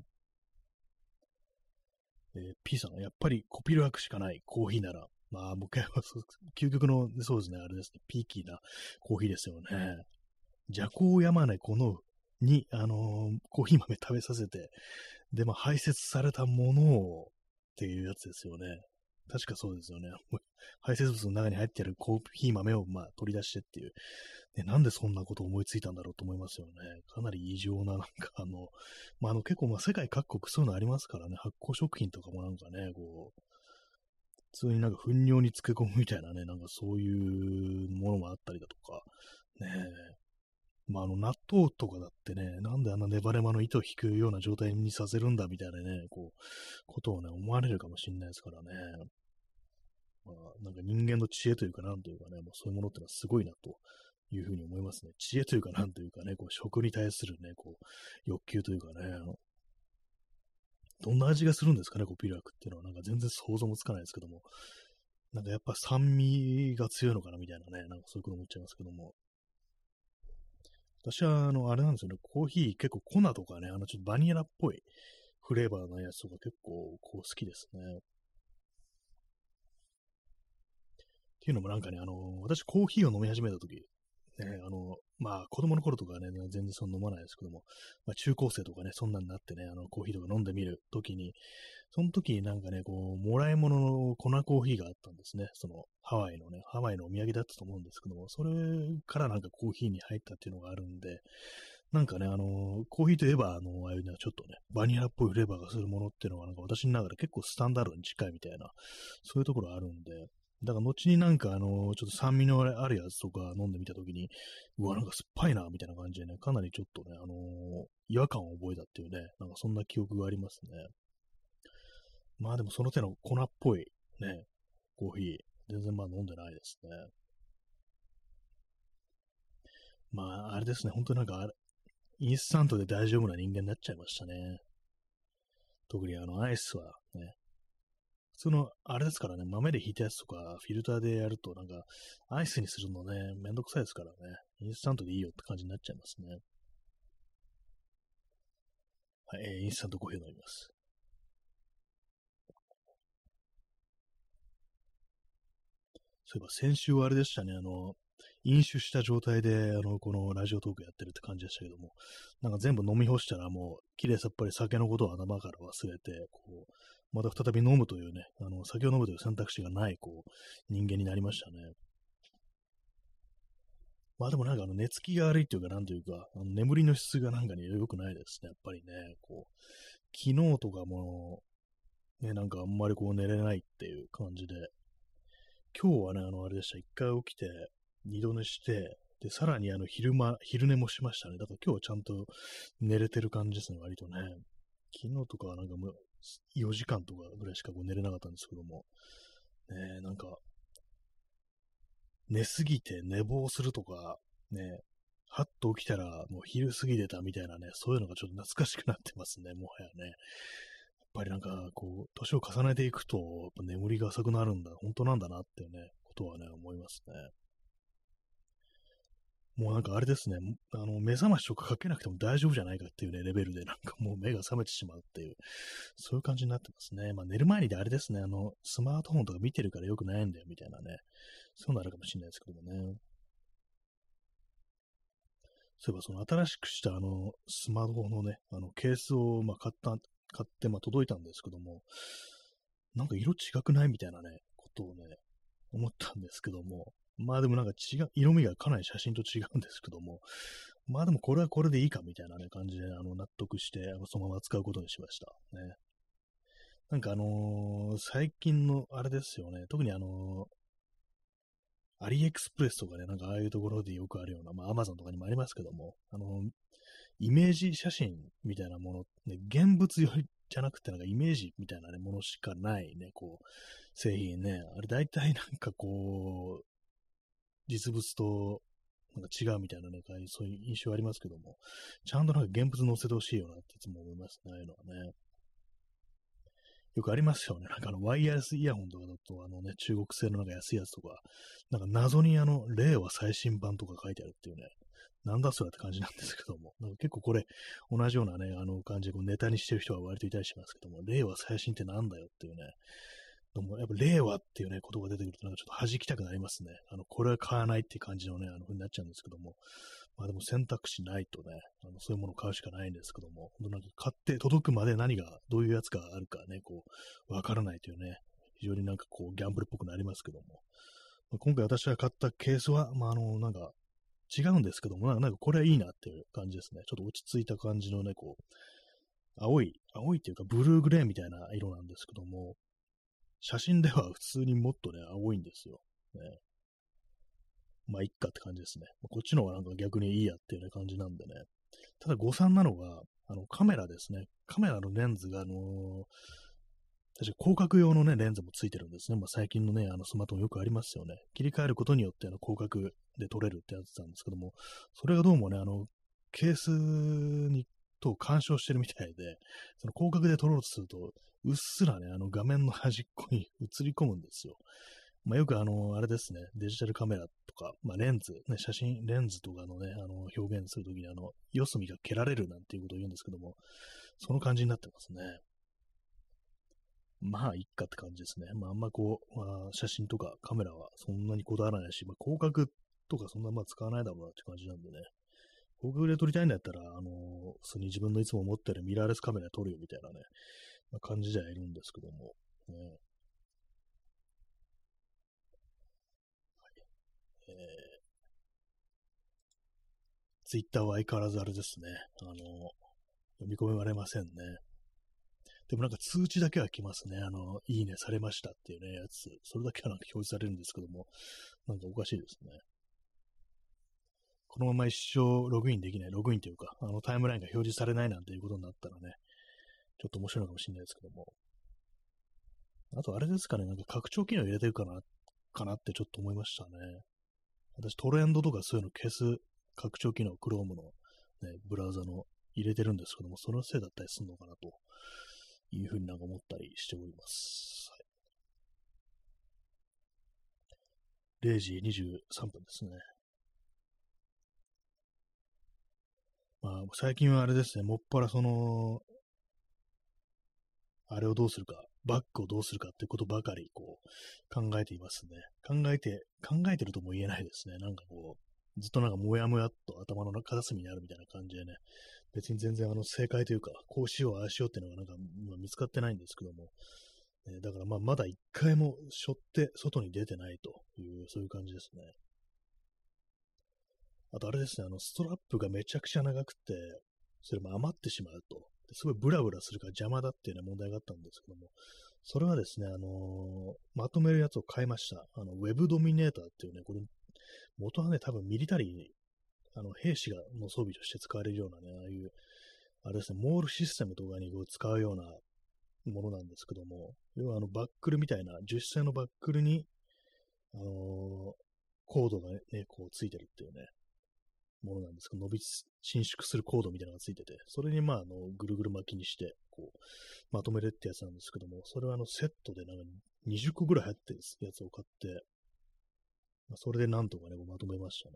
えー、P さん、やっぱりコピーラークしかないコーヒーなら、まあ、もう一回、究極の、そうですね、あれですね、ピーキーなコーヒーですよね。邪行をやまないこの、に、あのーコーヒー豆食べさせて、で、まあ、排泄されたものを、っていうやつですよね。確かそうですよね。排泄物の中に入っているコーヒー豆を、まあ、取り出してっていう。 ね、なんでそんなこと思いついたんだろうと思いますよね。かなり異常な、なんかあの、まあ、あの結構まあ世界各国そういうのありますからね、発酵食品とかもなんかね、こう、普通になんか糞尿に漬け込むみたいなね、なんかそういうものもあったりだとか、ねえ、まあ、あの、納豆とかだってね、なんであんなネバネバの糸を引くような状態にさせるんだみたいなね、こう、ことをね、思われるかもしれないですからね。まあ、なんか人間の知恵というか、なんというかね、もうそういうものってのはすごいなというふうに思いますね。知恵というか、なんというかね、こう、食に対するね、こう、欲求というかね、どんな味がするんですかね、こう、ピラクっていうのは、なんか全然想像もつかないですけども、なんかやっぱ酸味が強いのかなみたいなね、なんかそういうこと思っちゃいますけども、私は、あの、あれなんですよね、コーヒー結構粉とかね、あの、ちょっとバニラっぽいフレーバーのやつとか結構こう好きですね。っていうのもなんかね、あの、私コーヒーを飲み始めた時、ね、あの、まあ子供の頃とかね、全然その飲まないですけども、まあ中高生とかね、そんなんなってね、あのコーヒーとか飲んでみる時に、その時になんかね、こう、もらい物の粉コーヒーがあったんですね。そのハワイのね、ハワイのお土産だったと思うんですけども、それからなんかコーヒーに入ったっていうのがあるんで、なんかね、あのコーヒーといえば、あの、ああいうね、ちょっとね、バニラっぽいフレーバーがするものっていうのが、なんか私の中で結構スタンダードに近いみたいな、そういうところあるんで、だから後になんかあの、ちょっと酸味のあるやつとか飲んでみたときに、うわ、なんか酸っぱいな、みたいな感じでね、かなりちょっとね、あのー違和感を覚えたっていうね、なんかそんな記憶がありますね。まあでもその手の粉っぽいね、コーヒー、全然まあ飲んでないですね。まああれですね、本当になんかあれ、インスタントで大丈夫な人間になっちゃいましたね。特にあのアイスはね、普通のあれですからね、豆でひいたやつとかフィルターでやるとなんかアイスにするのね、めんどくさいですからね、インスタントでいいよって感じになっちゃいますね。はい、えーインスタントコーヒーを飲みます。そういえば先週はあれでしたね、あの、飲酒した状態で、あの、このラジオトークやってるって感じでしたけども、なんか全部飲み干したらもう、きれいさっぱり酒のことを頭から忘れて、こう、また再び飲むというね、あの、酒を飲むという選択肢がない、こう、人間になりましたね。まあでもなんかあの、寝つきが悪いっていうか、なんというか、あの眠りの質がなんかね、良くないですね、やっぱりね、こう、昨日とかも、ね、なんかあんまりこう寝れないっていう感じで、今日はね、あの、あれでした。一回起きて、二度寝して、で、さらにあの、昼間、昼寝もしましたね。だから今日はちゃんと寝れてる感じですね、割とね。昨日とかはなんかもう、よじかんとかぐらいしかこう寝れなかったんですけども、ね、なんか、寝すぎて寝坊するとか、ね、はっと起きたらもう昼過ぎてたみたいなね、そういうのがちょっと懐かしくなってますね、もはやね。やっぱりなんか、こう、年を重ねていくと、やっぱ眠りが浅くなるんだ、本当なんだなっていうね、ことはね、思いますね。もうなんかあれですね、あの、目覚ましとかかけなくても大丈夫じゃないかっていうね、レベルで、なんかもう目が覚めてしまうっていう、そういう感じになってますね。まあ寝る前にであれですね、あの、スマートフォンとか見てるからよくないんだよ、みたいなね、そういうのあるかもしれないですけどもね。そういえばその新しくしたあの、スマートフォンのね、あの、ケースを、まあ、買った、買って、まあ、届いたんですけども、なんか色違くないみたいなね、ことをね、思ったんですけども、まあでもなんか違う、色味がかなり写真と違うんですけども、まあでもこれはこれでいいかみたいなね、感じで、あの、納得して、あのそのまま使うことにしました。ね。なんかあのー最近のあれですよね、特にあのーアリエクスプレスとかね、なんかああいうところでよくあるような、まあアマゾンとかにもありますけども、あのーイメージ写真みたいなもの、ね、現物よりじゃなくて、なんかイメージみたいな、ね、ものしかないね、こう、製品ね、あれ大体なんかこう、実物となんか違うみたいなね、そういう印象ありますけども、ちゃんとなんか現物載せてほしいよなっていつも思いますね、ああいうのはね。よくありますよね。なんかあの、ワイヤレスイヤホンとかだと、あのね、中国製のなんか安いやつとか、なんか謎にあの、令和最新版とか書いてあるっていうね、なんだそれって感じなんですけども、なんか結構これ、同じようなね、あの感じでこうネタにしてる人は割といたりしますけども、令和最新ってなんだよっていうね、でもやっぱ令和っていうね、言葉が出てくるとなんかちょっと弾きたくなりますね。あの、これは買わないっていう感じのね、あの風になっちゃうんですけども、まあでも選択肢ないとね、あのそういうものを買うしかないんですけども、本当なんか買って届くまで何が、どういうやつがあるかね、こう、わからないというね、非常になんかこう、ギャンブルっぽくなりますけども、まあ、今回私が買ったケースは、まああの、なんか、 違うんですけども、なんかなんかこれはいいなっていう感じですね。ちょっと落ち着いた感じのね、こう、青い、青いっていうかブルーグレーみたいな色なんですけども、写真では普通にもっとね、青いんですよ。ね、まあ、いっかって感じですね。こっちの方がなんか逆にいいやっていうね感じなんでね。ただ誤算なのが、あの、カメラですね。カメラのレンズが、あのー確か広角用のね、レンズもついてるんですね。まあ、最近のね、あのスマートフォンよくありますよね。切り替えることによってあの広角で撮れるってやつなんですけども、それがどうもね、あの、ケースにと干渉してるみたいで、その広角で撮ろうとすると、うっすらね、あの画面の端っこに映り込むんですよ。まあ、よくあの、あれですね、デジタルカメラとか、まあ、レンズ、ね、写真、レンズとかのね、あの、表現するときにあの、四隅が蹴られるなんていうことを言うんですけども、その感じになってますね。まあ、いっかって感じですね。まあ、あんまこう、まあ、写真とかカメラはそんなにこだわらないし、まあ、広角とかそんなまあ使わないだろうなって感じなんでね。広角で撮りたいんだったら、あの、普通に自分のいつも持ってるミラーレスカメラで撮るよみたいなね、まあ、感じではいるんですけども、ね。えー、ツイッターは相変わらずあれですね。あの、読み込められませんね。でもなんか通知だけは来ますね。あの、いいねされましたっていうね、やつ。それだけはなんか表示されるんですけども、なんかおかしいですね。このまま一生ログインできない、ログインというか、あのタイムラインが表示されないなんていうことになったらね、ちょっと面白いのかもしれないですけども。あとあれですかね、なんか拡張機能入れてるかな、かなってちょっと思いましたね。私トレンドとかそういうの消す拡張機能、Chrome のね、ブラウザの入れてるんですけども、そのせいだったりするのかなというふうになんか思ったりしております。はい、れいじにじゅうさんぷんですね。まあ、最近はあれですね、もっぱらその、あれをどうするか、バックをどうするかってことばかり、こう、考えていますね。考えて、考えてるとも言えないですね。なんかこう、ずっとなんかもやもやっと頭の片隅にあるみたいな感じでね、別に全然あの正解というか、こうしよう、ああしようっていうのがなんか、まあ、見つかってないんですけども、ね、だからまあまだ一回も背負って外に出てないという、そういう感じですね。あとあれですね、あの、ストラップがめちゃくちゃ長くて、それも余ってしまうと。すごいブラブラするから邪魔だっていうね、問題があったんですけども、それはですね、あのーまとめるやつを買いました。あの、ウェブドミネーターっていうね、これ、元はね、多分ミリタリー、あの、兵士がの装備として使われるようなね、ああいう、あれですね、モールシステムとかにこう使うようなものなんですけども、要はあの、バックルみたいな、樹脂製のバックルに、あのーコードがね、こうついてるっていうね、ものなんですけど、伸び、伸縮するコードみたいなのがついてて、それにまあ、あの、ぐるぐる巻きにして、こう、まとめるってやつなんですけども、それはあの、セットでなんかにじゅっこぐらい入ってるやつを買って、まあ、それでなんとかね、まとめましたね。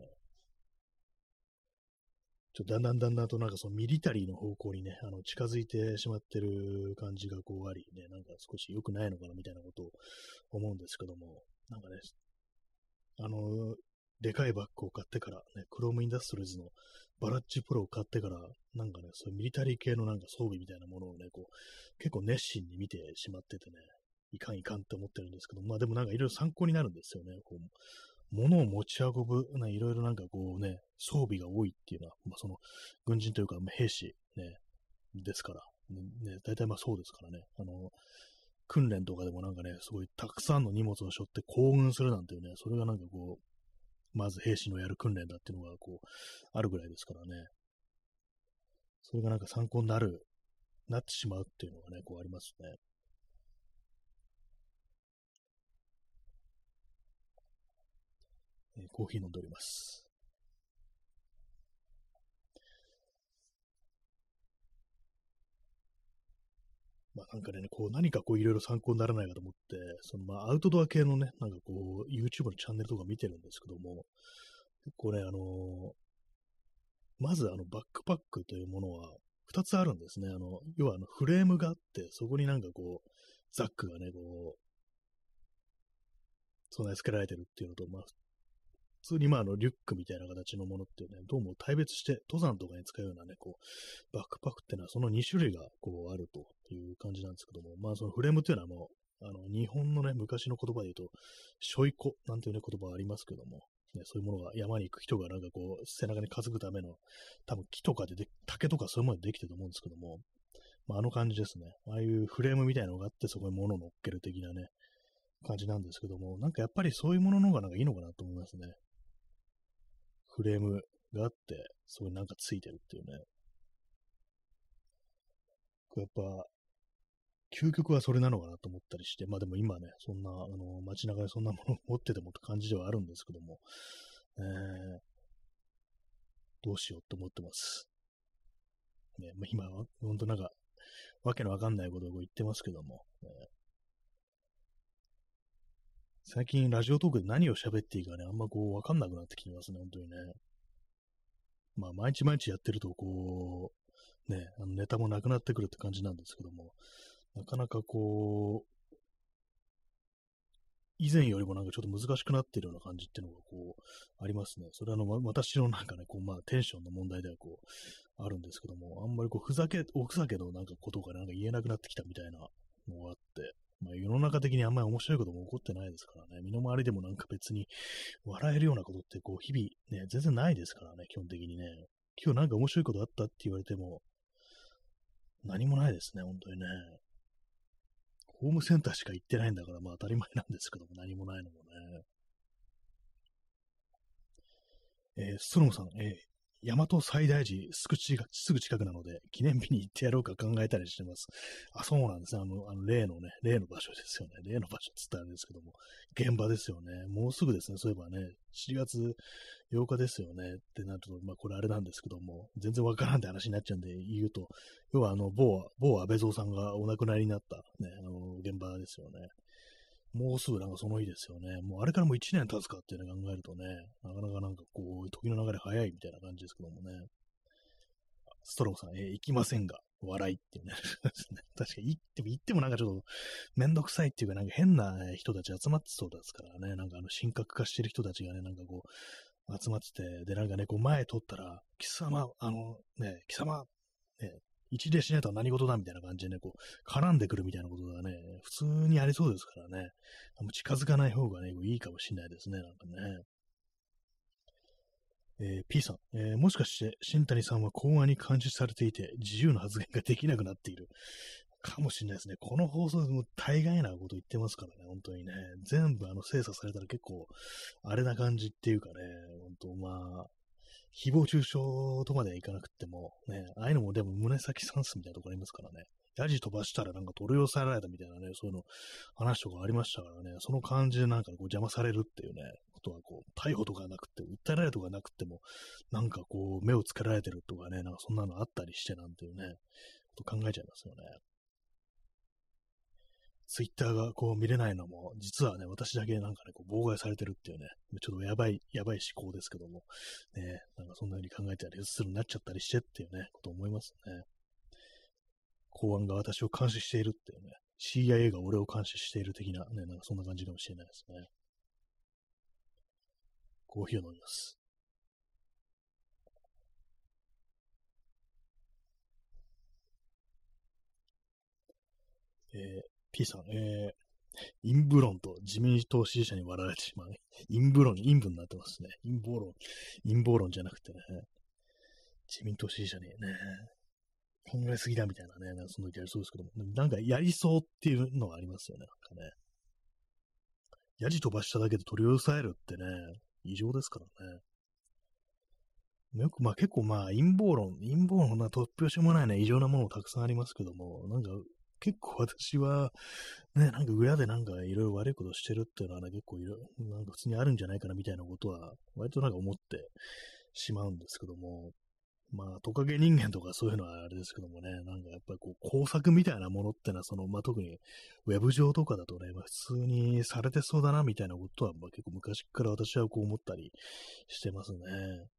ちょっとだんだんだんだんとなんかそのミリタリーの方向にね、あの、近づいてしまってる感じがこうありね、なんか少し良くないのかなみたいなことを思うんですけども、なんかね、あの、でかいバッグを買ってから、ね、クロームインダストリーズのバラッジプロを買ってから、なんかね、そういうミリタリー系のなんか装備みたいなものをね、こう、結構熱心に見てしまっててね、いかんいかんって思ってるんですけど、まあでもなんかいろいろ参考になるんですよね。こう物を持ち運ぶ、ね、いろいろなんかこうね、装備が多いっていうのは、まあその、軍人というか、まあ、兵士、ね、ですから、ね、ね大体まあそうですからね、あの、訓練とかでもなんかね、すごいたくさんの荷物を背負って行軍するなんていうね、それがなんかこう、まず兵士のやる訓練だっていうのがこう、あるぐらいですからね。それがなんか参考になる、なってしまうっていうのがね、こうありますね。えーコーヒー飲んでおります。まあなんかね、こう何かこういろいろ参考にならないかと思って、そのまあアウトドア系のね、なんかこう YouTube のチャンネルとか見てるんですけども、結構ね、あのーまずあのバックパックというものはふたつあるんですね。あの、要はあのフレームがあって、そこになんかこう、ザックがね、こう、備え付けられてるっていうのと、まあ普通にまああのリュックみたいな形のものっていうね、どうも大別して登山とかに使うようなね、こう、バックパックっていうのはそのに種類がこうあるという感じなんですけども、まあそのフレームっていうのはもう、あの日本のね、昔の言葉で言うと、しょいこなんていうね、言葉がありますけども、 ね、そういうものが山に行く人がなんかこう、背中に担ぐための、多分木とかでで、竹とかそういうものでできてると思うんですけども、まあ、あの感じですね。ああいうフレームみたいなのがあって、そこに物を乗っける的なね、感じなんですけども、なんかやっぱりそういうものの方がなんかいいのかなと思いますね。フレームがあって、そこになんかついてるっていうね。やっぱ、究極はそれなのかなと思ったりして、まあでも今ね、そんな、あの、街中でそんなものを持っててもって感じではあるんですけども、えー、どうしようって思ってます。ね、まあ、今は、ほんとなんか、わけのわかんないことを言ってますけども、ね、最近ラジオトークで何を喋っていいかね、あんまこうわかんなくなってきてますね、本当にね。まあ、毎日毎日やってると、こう、ね、あのネタもなくなってくるって感じなんですけども、なかなかこう、以前よりもなんかちょっと難しくなってるような感じっていうのがこう、ありますね。それはあの、わ私のなんかね、こう、まあ、テンションの問題ではこう、あるんですけども、あんまりこう、ふざけ、おふざけのなんかことがなんか言えなくなってきたみたいなのがあって、まあ、世の中的にあんまり面白いことも起こってないですからね、身の回りでもなんか別に笑えるようなことってこう、日々ね、全然ないですからね、基本的にね。今日なんか面白いことあったって言われても、何もないですね、本当にね。ホームセンターしか行ってないんだから、まあ当たり前なんですけども、何もないのもね。えーストロムさん、えー大和西大寺すぐ近くすぐ近くなので、記念日に行ってやろうか考えたりしてます。あ、そうなんですね。あの、あの例のね、例の場所ですよね。例の場所って言ったらあれですけども、現場ですよね。もうすぐですね。そういえばね、しちがつようかですよね。ってなると、まあこれあれなんですけども、全然わからんって話になっちゃうんで言うと、要はあの、某、某安倍蔵さんがお亡くなりになったね、あの、現場ですよね。もうすぐなんかその日ですよね。もうあれからもういちねん経つかっていうのを考えるとね、なかなかなんかこう、時の流れ早いみたいな感じですけどもね。ストローさん、えー行きませんが、笑いっていうね。確かに行っても行ってもなんかちょっとめんどくさいっていうか、なんか変な人たち集まってそうですからね。なんかあの神格化してる人たちがね、なんかこう、集まってて、で、なんかね、こう前通ったら、貴様、あのね、貴様、ね、一礼しないとは何事だみたいな感じでね、こう、絡んでくるみたいなことがね、普通にありそうですからね。あんま近づかない方がね、いいかもしれないですね、なんかね。えー P さん、えーもしかして、新谷さんは公安に監視されていて、自由な発言ができなくなっているかもしれないですね。この放送でも大概なこと言ってますからね、本当にね。全部あの精査されたら結構、あれな感じっていうかね、本当まあ、誹謗中傷とまではいかなくっても、ね、ああいうのもでも胸先サンスみたいなところありますからね。ヤジ飛ばしたらなんか取り押さえられたみたいなね、そういうの話とかありましたからね、その感じでなんかこう邪魔されるっていうね、ことはこう、逮捕とかなくても、訴えられるとかなくても、なんかこう、目をつけられてるとかね、なんかそんなのあったりしてなんていうね、こと考えちゃいますよね。ツイッターがこう見れないのも、実はね、私だけなんかね、こう妨害されてるっていうね、ちょっとやばい、やばい思考ですけども、ね、なんかそんな風に考えたりするようになっちゃったりしてっていうね、ことを思いますね。公安が私を監視しているっていうね、シーアイエー が俺を監視している的なね、なんかそんな感じかもしれないですね。コーヒーを飲みます。えー、P さん、えー、陰謀論と自民党支持者に笑われてしまう、ね。陰謀論、陰謀になってますね。陰謀論、陰謀論じゃなくてね、自民党支持者にね、考えすぎだみたいなね、なんかその時ありそうですけども、なんかやりそうっていうのはありますよね、なんかね。ヤジ飛ばしただけで取り押さえるってね、異常ですからね。よく、まあ結構まあ陰謀論、陰謀論な突拍子もないね、異常なものもたくさんありますけども、なんか結構私は、ね、なんか裏でなんかいろいろ悪いことしてるっていうのはね、結構いろ、なんか普通にあるんじゃないかなみたいなことは、割となんか思ってしまうんですけども、まあ、トカゲ人間とかそういうのはあれですけどもね、なんかやっぱりこう工作みたいなものってのは、その、まあ特にウェブ上とかだとね、まあ普通にされてそうだなみたいなことは、まあ結構昔から私はこう思ったりしてますね。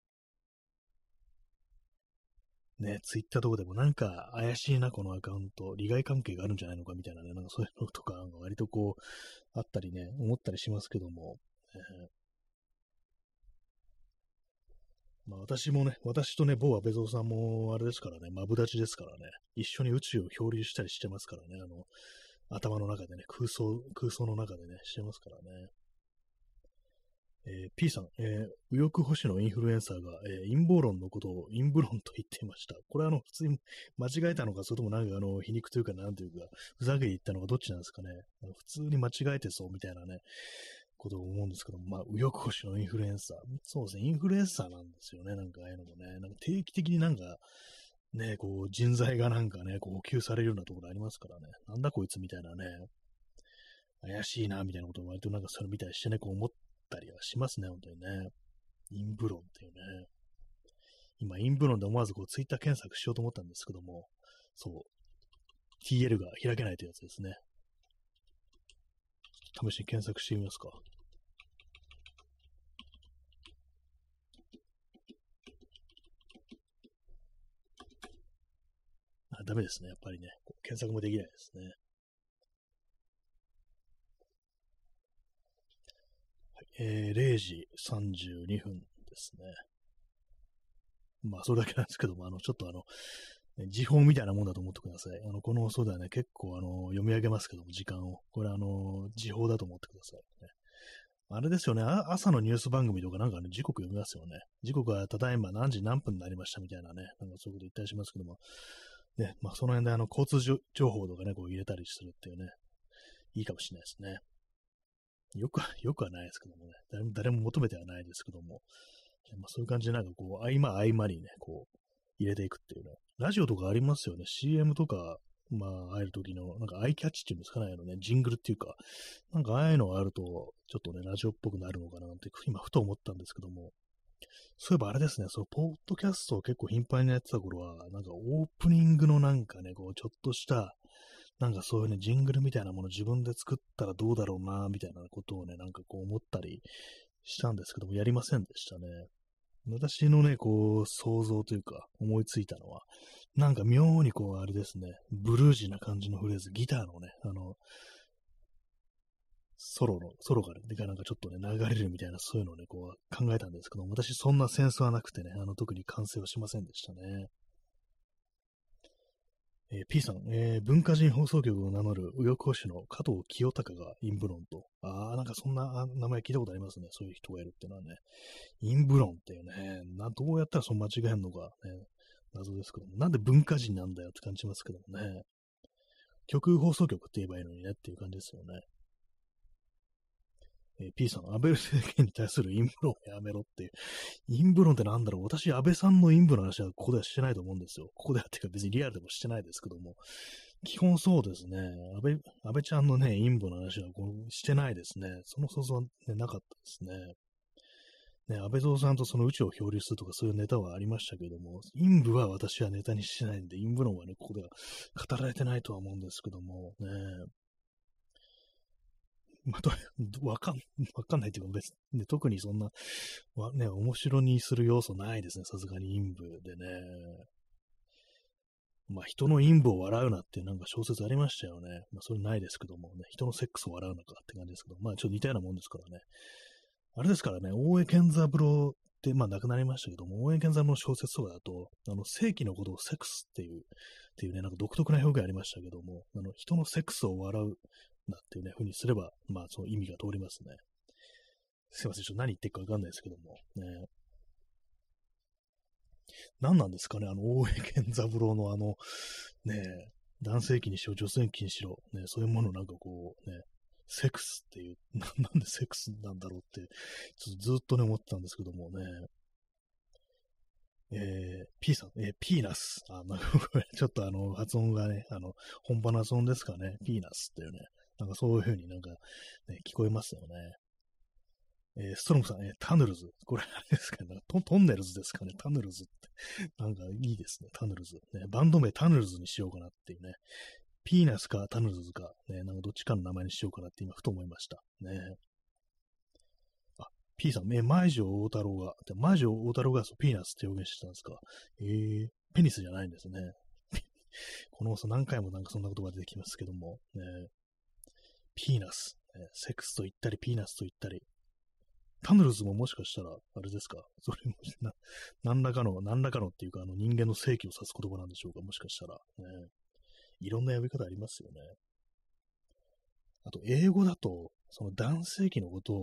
ね、ツイッターとかでもなんか怪しいな、このアカウント、利害関係があるんじゃないのかみたいなね、なんかそういうのとか、なんか割とこう、あったりね、思ったりしますけども、えーまあ私もね、私とね、某安倍蔵さんもあれですからね、マブダチですからね、一緒に宇宙を漂流したりしてますからね、あの、頭の中でね、空想、空想の中でね、してますからね。 えー、P さん、えー、右翼保守のインフルエンサーが、えー陰謀論のことを陰謀論と言っていました。これはあの、普通に間違えたのか、それともなんかあの、皮肉というか、なんというか、ふざけて言ったのか、どっちなんですかね。あの普通に間違えてそうみたいなね、ことを思うんですけども、まあ、右翼保守のインフルエンサー。そうですね、インフルエンサーなんですよね、なんかああいうのもね。なんか定期的になんか、ね、こう、人材がなんかね、こう補給されるようなところありますからね。なんだこいつみたいなね、怪しいな、みたいなことを割となんかそれみたいにしてね、こう思ったりはしますね、本当にね。陰謀論っていうね。今、陰謀論で思わずこうツイッター検索しようと思ったんですけども、そう、ティーエル が開けないというやつですね。試しに検索してみますか。あ、ダメですね。やっぱりね、こう検索もできないですね。はい、えー、れいじさんじゅうにふんですね。まあ、それだけなんですけども、あの、ちょっとあの、時報みたいなもんだと思ってください。あの、この放送ではね、結構あの、読み上げますけども、時間を。これあの、時報だと思ってください、ね。あれですよね、朝のニュース番組とかなんかね、時刻読みますよね。時刻はただいま何時何分になりましたみたいなね、なんかそういうこと言ったりしますけども、ね、まあその辺であの、交通情報とかね、こう入れたりするっていうね、いいかもしれないですね。よくは、よくはないですけどもね、誰も誰も求めてはないですけども、まあ、そういう感じでなんかこう、合間合間にね、こう、入れていくっていうね。ラジオとかありますよね。シーエム とか、まあ、入る時の、なんかアイキャッチっていうんですかね、あのね、ジングルっていうか、なんかああいうのがあると、ちょっとね、ラジオっぽくなるのかななんて、今、ふと思ったんですけども、そういえばあれですね、その、ポッドキャストを結構頻繁にやってた頃は、なんかオープニングのなんかね、こう、ちょっとした、なんかそういうね、ジングルみたいなもの自分で作ったらどうだろうな、みたいなことをね、なんかこう思ったりしたんですけども、やりませんでしたね。私のね、こう、想像というか、思いついたのは、なんか妙にこう、あれですね、ブルージーな感じのフレーズ、ギターのね、あの、ソロの、ソロがね、なんかちょっとね、流れるみたいな、そういうのをね、こう、考えたんですけど、私そんなセンスはなくてね、あの、特に完成はしませんでしたね。えー P さん、えー文化人放送局を名乗る右翼保守の加藤清隆が陰謀論と。ああ、なんかそんなあ名前聞いたことありますね。そういう人がいるっていうのはね。陰謀論っていうね、な、どうやったらその間違えるのか、ね、謎ですけども、なんで文化人なんだよって感じしますけどもね。極右放送局って言えばいいのにねっていう感じですよね。えー P さん、安倍政権に対する陰謀論をやめろっていう。陰謀論ってなんだろう。私、安倍さんの陰謀の話はここではしてないと思うんですよ。ここではっていうか別にリアルでもしてないですけども。基本そうですね。安倍、安倍ちゃんのね、陰謀の話はこうしてないですね。その想像は、ね、なかったですね。ね、安倍蔵さんとその宇宙を漂流するとかそういうネタはありましたけども、陰部は私はネタにしてないんで、陰部論はね、ここでは語られてないとは思うんですけども、ね、まあ、と、わかん、わかんないというか別に、ね、特にそんな、わね、面白にする要素ないですね、さすがに陰部でね。まあ、人の陰部を笑うなっていうなんか小説ありましたよね。まあ、それないですけどもね、人のセックスを笑うなかって感じですけど、まあ、ちょっと似たようなもんですからね。あれですからね、大江健三郎って、まあ亡くなりましたけども、大江健三郎の小説とかだと、あの、正規のことをセックスっていう、っていうね、なんか独特な表現ありましたけども、あの、人のセックスを笑うなっていうね、ふうにすれば、まあその意味が通りますね。すいません、ちょっと何言ってるかわかんないですけども、ね。何なんですかね、あの、大江健三郎のあの、ね、男性器にしろ、女性器にしろ、ね、そういうものをなんかこう、ね、セックスっていう、ななんでセックスなんだろうって、ちょっとずっとね、思ってたんですけどもね。えー、P さん、えー、ピーナス。あ、まあ、これちょっとあの、発音がね、あの、本場の発音ですかね。ピーナスっていうね。なんかそういう風になんか、ね、聞こえますよね。えー、ストロムさん、えー、タヌルズ。これあれですかね。トトンネルズですかね。タヌルズって。なんかいいですね。タヌルズ。ね、バンド名タヌルズにしようかなっていうね。ピーナスかタヌルズか、ね、なんかどっちかの名前にしようかなって今ふと思いました。ね。あ、P さん、え、前城大太郎が、で前城大太郎がそうピーナスって表現してたんですか。えー、ペニスじゃないんですね。この放何回もなんかそんなことが出てきますけども、ね、ピーナス、ね、セックスと言ったり、ピーナスと言ったり、タヌルズももしかしたら、あれですか、それもな、何らかの、何らかのっていうか、あの人間の性器を指す言葉なんでしょうか、もしかしたら。ね、いろんな呼び方ありますよね。あと、英語だと、その男性器のことを、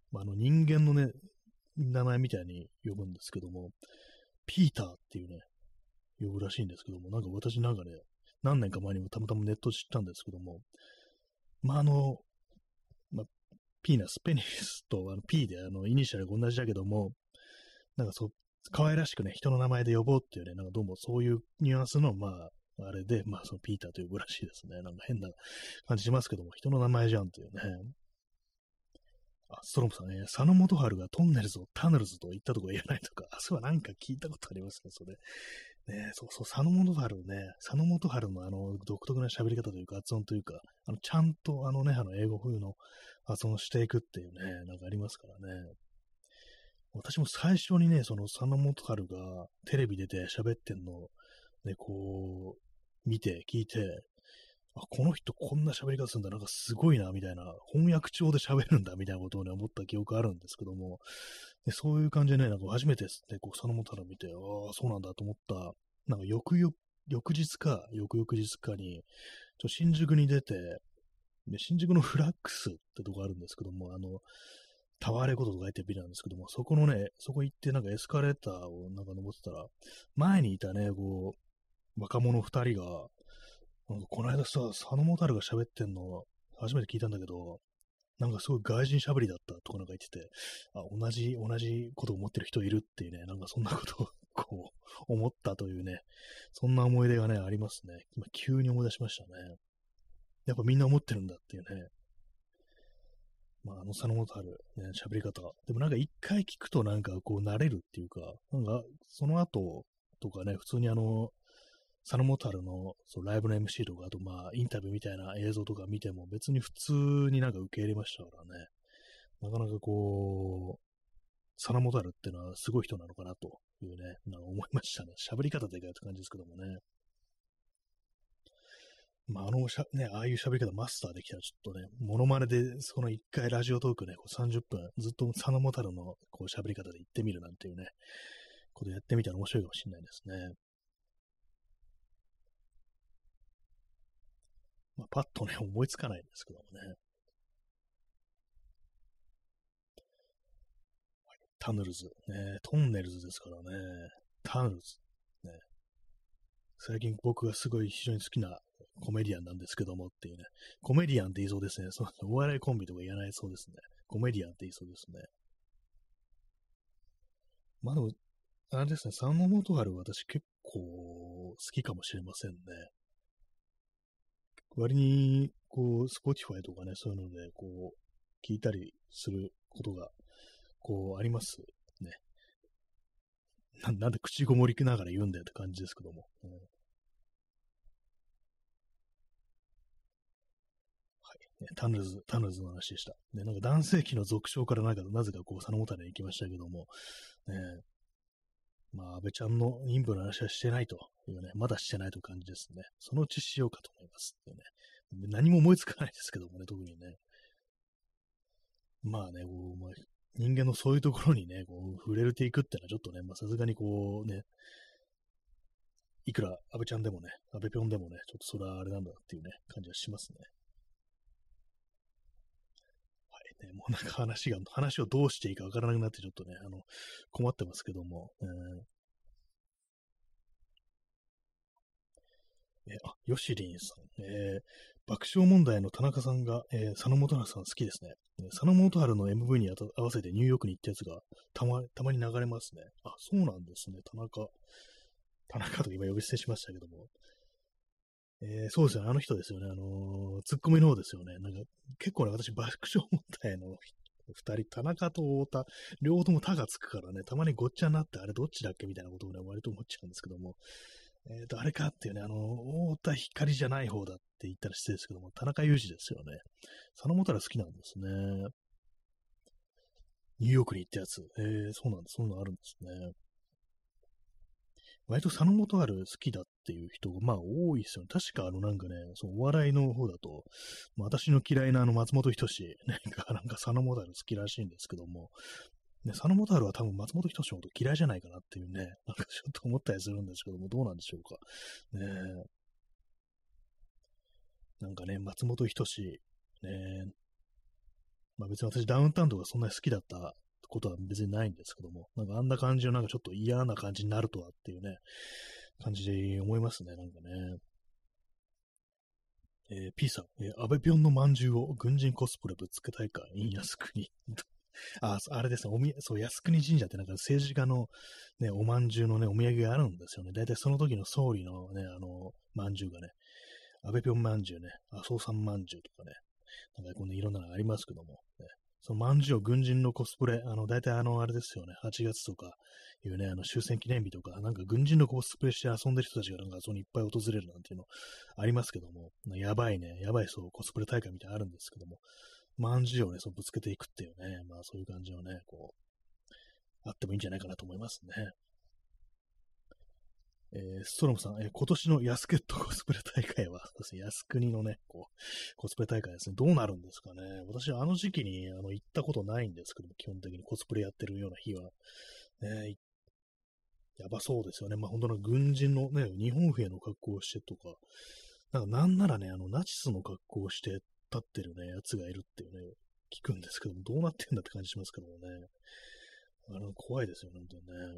まあ、あの人間のね、名前みたいに呼ぶんですけども、ピーターっていうね、呼ぶらしいんですけども、なんか私なんかね、何年か前にもたまたまネットで知ったんですけども、まあ、あの、まあ、ピーナス、ペニスとあの P であのイニシャルが同じだけども、なんかそう、可愛らしくね、人の名前で呼ぼうっていうね、なんかどうもそういうニュアンスの、まあ、あれで、まあ、そのピーターと呼ぶらしいですね。なんか変な感じしますけども、人の名前じゃんっていうね。あ、ストロムさんね、佐野元春がトンネルズをタヌルズと言ったとこ言えないとか、あ、そうはなんか聞いたことありますね、それ。ね、そうそう、佐野元春ね、佐野元春のあの、独特な喋り方というか、発音というか、あの、ちゃんとあのね、あの、英語風の発音をしていくっていうね、なんかありますからね。私も最初にね、その佐野元春がテレビ出て喋ってんのを、ね、こう、見て、聞いて、あ、この人こんな喋り方するんだ、なんかすごいな、みたいな、翻訳帳で喋るんだ、みたいなことをね、思った記憶あるんですけども、でそういう感じでね、なんか初めてね、こう、佐野元春見て、ああ、そうなんだと思った、なんか翌々、翌日か、翌々日かに、ちょ新宿に出て、で、新宿のフラックスってとこあるんですけども、あの、タワーレコードとか書いてるビルなんですけども、そこのね、そこ行ってなんかエスカレーターをなんか登ってたら、前にいたね、こう、若者二人が、なんかこの間さ、佐野元春が喋ってんの、初めて聞いたんだけど、なんかすごい外人喋りだったとかなんか言ってて、あ、同じ、同じことを思ってる人いるっていうね、なんかそんなことをこう、思ったというね、そんな思い出がね、ありますね。今急に思い出しましたね。やっぱみんな思ってるんだっていうね。まあ、あの佐野元春、ね、喋り方。でもなんか一回聞くとなんかこう慣れるっていうか、なんかその後とかね、普通にあの、佐野元春のそうライブの エムシー とか、あとまあインタビューみたいな映像とか見ても別に普通になんか受け入れましたからね。なかなかこう、佐野元春ってのはすごい人なのかなというね、なんか思いましたね。喋り方でかいって感じですけどもね。まあ、あのしゃ、ね、ああいう喋り方マスターできたらちょっとね、モノマネで、その一回ラジオトークね、こうさんじゅっぷん、ずっと佐野元春のこう喋り方で言ってみるなんていうね、ことやってみたら面白いかもしれないですね。まあ、パッとね、思いつかないんですけどもね。タヌルズ、ね、トンネルズですからね。タヌルズ。ね、最近僕がすごい非常に好きなコメディアンなんですけどもっていうね。コメディアンって言いそうですね。そうお笑いコンビとか言わないそうですね。コメディアンって言いそうですね。まあでも、あれですね、佐野元春私結構好きかもしれませんね。割に、こう、Spotify とかね、そういうので、こう、聞いたりすることが、こう、ありますね。ななんで口ごもりながら言うんだよって感じですけども。うん、はい。ね、タヌズ、タヌズの話でした。ね、なんか男性器の俗称からなんか、なぜかこう、佐野元春に行きましたけども、ね、まあ、安倍ちゃんの陰部の話はしてないというね、まだしてないという感じですね。そのうちしようかと思いますっていうね。何も思いつかないですけどもね、特にね。まあね、こう、まあ、人間のそういうところにね、こう、触れていくってのはちょっとね、まあさすがにこうね、いくら安倍ちゃんでもね、安倍ぴょんでもね、ちょっとそれはあれなんだっていうね、感じはしますね。はいね、もうなんか話が、話をどうしていいかわからなくなってちょっとね、あの、困ってますけども、えーえーあ、ヨシリンさん、えー爆笑問題の田中さんが、えー佐野元春さん好きですね。えー佐野元春の エムブイ に合わせてニューヨークに行ったやつがたま、たまに流れますね。あ、そうなんですね。田中。田中と今呼び捨てしましたけども。えーそうですよね。あの人ですよね。あのーツッコミの方ですよね。なんか、結構ね、私、爆笑問題の二人、田中と太田、両方とも他がつくからね、たまにごっちゃになって、あれどっちだっけみたいなことをね、割と思っちゃうんですけども、えっ、と、あれかっていうね、あの、太田光じゃない方だって言ったら失礼ですけども、田中裕二ですよね。佐野元春好きなんですね。ニューヨークに行ったやつ。えー、そうなんです。そういうのあるんですね。割と佐野元春好きだっていう人が、まあ多いですよね。確かあのなんかね、そのお笑いの方だと、まあ、私の嫌いなあの松本人志、ね、がなんか佐野元春好きらしいんですけども、ね、佐野元春は多分松本人志のこと嫌いじゃないかなっていうね、なんかちょっと思ったりするんですけども、どうなんでしょうか。ね、なんかね、松本人志、ね、 まあ別に私ダウンタウンとかそんなに好きだったことは別にないんですけども、なんかあんな感じのなんかちょっと嫌な感じになるとはっていうね、感じで思いますね、なんかね。えー、P さん、えー、安倍ぴょんの饅頭を軍人コスプレぶつけたいか、陰靖国。あ、あれですね、おみ、そう、靖国神社ってなんか政治家のね、お饅頭のね、お土産があるんですよね。だいたいその時の総理のね、あの、饅頭がね、安倍ぴょん饅頭ね、麻生さん饅頭とかね、なんかこんないろんなのありますけども、ね、その饅頭を軍人のコスプレ、あの、大体あの、あれですよね、はちがつとかいうね、あの終戦記念日とか、なんか軍人のコスプレして遊んでる人たちがなんかそこにいっぱい訪れるなんていうのありますけども、やばいね、やばいそうコスプレ大会みたいなのあるんですけども、饅頭をね、そうぶつけていくっていうね、まあそういう感じのね、こう、あってもいいんじゃないかなと思いますね。えー、ストロムさん、えー今年のヤスケットコスプレ大会は、そうですね、靖国のね、こう、コスプレ大会ですね、どうなるんですかね。私はあの時期にあの行ったことないんですけども、基本的にコスプレやってるような日は、ね、やばそうですよね。まあ本当の軍人のね、日本兵の格好をしてとか、なんかなんならね、あの、ナチスの格好をして立ってるね、やつがいるっていうね、聞くんですけども、どうなってんだって感じしますけどもね。あの、怖いですよね、本当にね。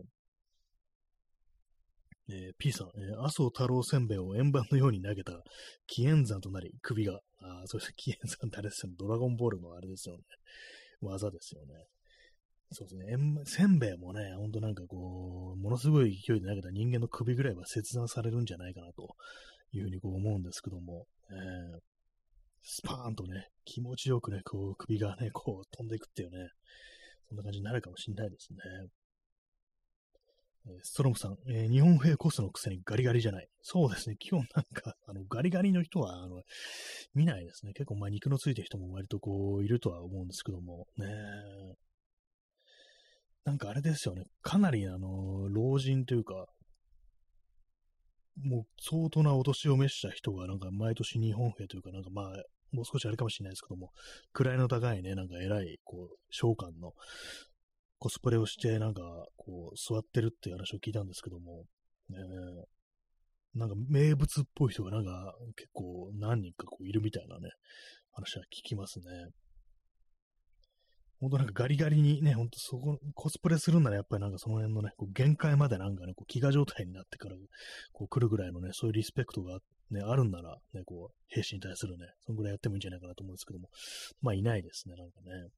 えー P さん、えー麻生太郎せんべいを円盤のように投げた紀元山となり首が、ああ、そうですね、紀元山ってあれですよね、ドラゴンボールのあれですよね、技ですよね。そうですね、円せんべいもね、ほんとなんかこう、ものすごい勢いで投げた人間の首ぐらいは切断されるんじゃないかなというふうにこう思うんですけども、えースパーンとね、気持ちよくね、こう首がね、こう飛んでいくっていうね、そんな感じになるかもしれないですね。えーストロムさん、えー日本兵コスのくせにガリガリじゃない。そうですね。基本なんか、あの、ガリガリの人は、あの、見ないですね。結構、まあ、肉のついてる人も割とこう、いるとは思うんですけども、ね。なんかあれですよね。かなり、あの、老人というか、もう相当なお年を召した人が、なんか毎年日本兵というか、なんかまあ、もう少しあれかもしれないですけども、位の高いね、なんか偉い、こう、召喚のコスプレをして、なんか、こう、座ってるっていう話を聞いたんですけども、ね、なんか名物っぽい人がなんか結構何人かこういるみたいなね、話は聞きますね。ほんとなんかガリガリにね、ほんとそこ、コスプレするならやっぱりなんかその辺のね、こう限界までなんかね、こう飢餓状態になってからこう来るぐらいのね、そういうリスペクトがね、あるんならね、こう、兵士に対するね、そのぐらいやってもいいんじゃないかなと思うんですけども、まあいないですね、なんかね。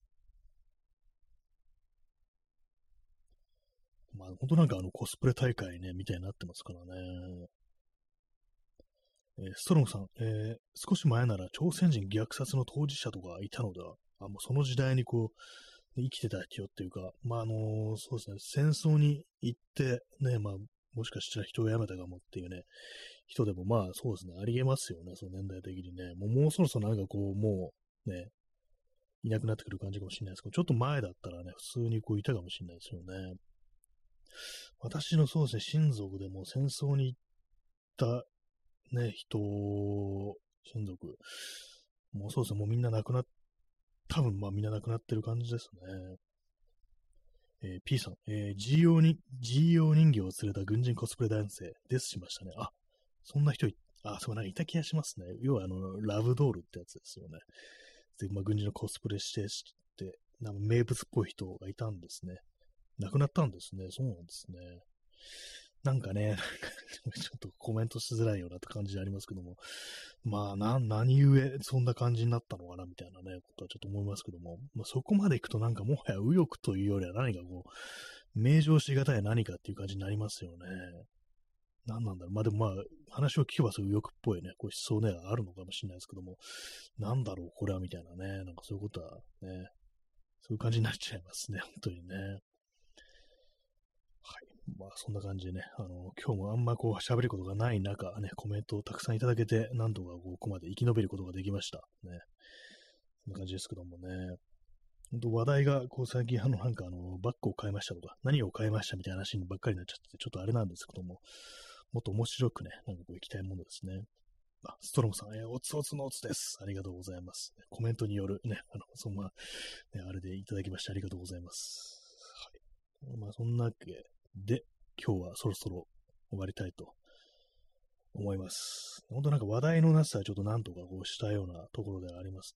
まあ本当なんかあのコスプレ大会ね、みたいになってますからね。えーストロムさん、えー少し前なら朝鮮人虐殺の当事者とかいたのだ。あ、もうその時代にこう、生きてた人っていうか、まあ、あのーそうですね、戦争に行って、ね、まあ、もしかしたら人を辞めたかもっていうね、人でもまあ、そうですね、ありえますよね、その年代的にね。もう、もうそろそろなんかこう、もう、ね、いなくなってくる感じかもしれないですけど、ちょっと前だったらね、普通にこういたかもしれないですよね。私のそうですね、親族でも戦争に行ったね、人、親族、もうそうですね、もうみんな亡くなっ、多分まあみんな亡くなってる感じですね。えー P さん、えー、ジーオー に、ジーオー 人形を連れた軍人コスプレ男性ですしましたね。あ、そんな人い、あ、そう、なんかいた気がしますね。要はあの、ラブドールってやつですよね。で、まあ、軍人のコスプレしてして、なんか名物っぽい人がいたんですね。亡くなったんですね。そうなんですね。なんかね、なんかちょっとコメントしづらいようなって感じでありますけども、まあ、な、何故そんな感じになったのかなみたいなね、ことはちょっと思いますけども、まあ、そこまで行くとなんかもはや右翼というよりは何かこう、名状しがたい何かっていう感じになりますよね。何なんだろう。まあでもまあ、話を聞けばそういう右翼っぽいね、こう思想ね、あるのかもしれないですけども、なんだろう、これはみたいなね、なんかそういうことはね、そういう感じになっちゃいますね、本当にね。はい。まあ、そんな感じでね、あの、今日もあんまこう喋ることがない中、ね、コメントをたくさんいただけて、なんとかここまで生き延びることができました。ね。そんな感じですけどもね。本当話題が、こう最近あの、なんかあの、バッグを買いましたとか、何を買いましたみたいな話にばっかりになっちゃって、ちょっとあれなんですけども、もっと面白くね、なんかこう行きたいものですね。あ、ストロムさん、えー、おつおつのおつです。ありがとうございます。コメントによるね、あの、そんな、ね、あれでいただきましてありがとうございます。はい。まあ、そんなわけで、今日はそろそろ終わりたいと思います。本当なんか話題のなさはちょっとなんとかこうしたようなところではありますね。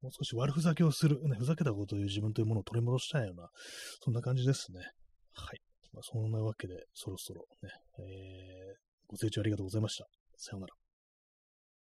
もう少し悪ふざけをする、ね、ふざけたことを言う自分というものを取り戻したいような、そんな感じですね。はい。まあ、そんなわけで、そろそろね、えー、ご清聴ありがとうございました。さようなら。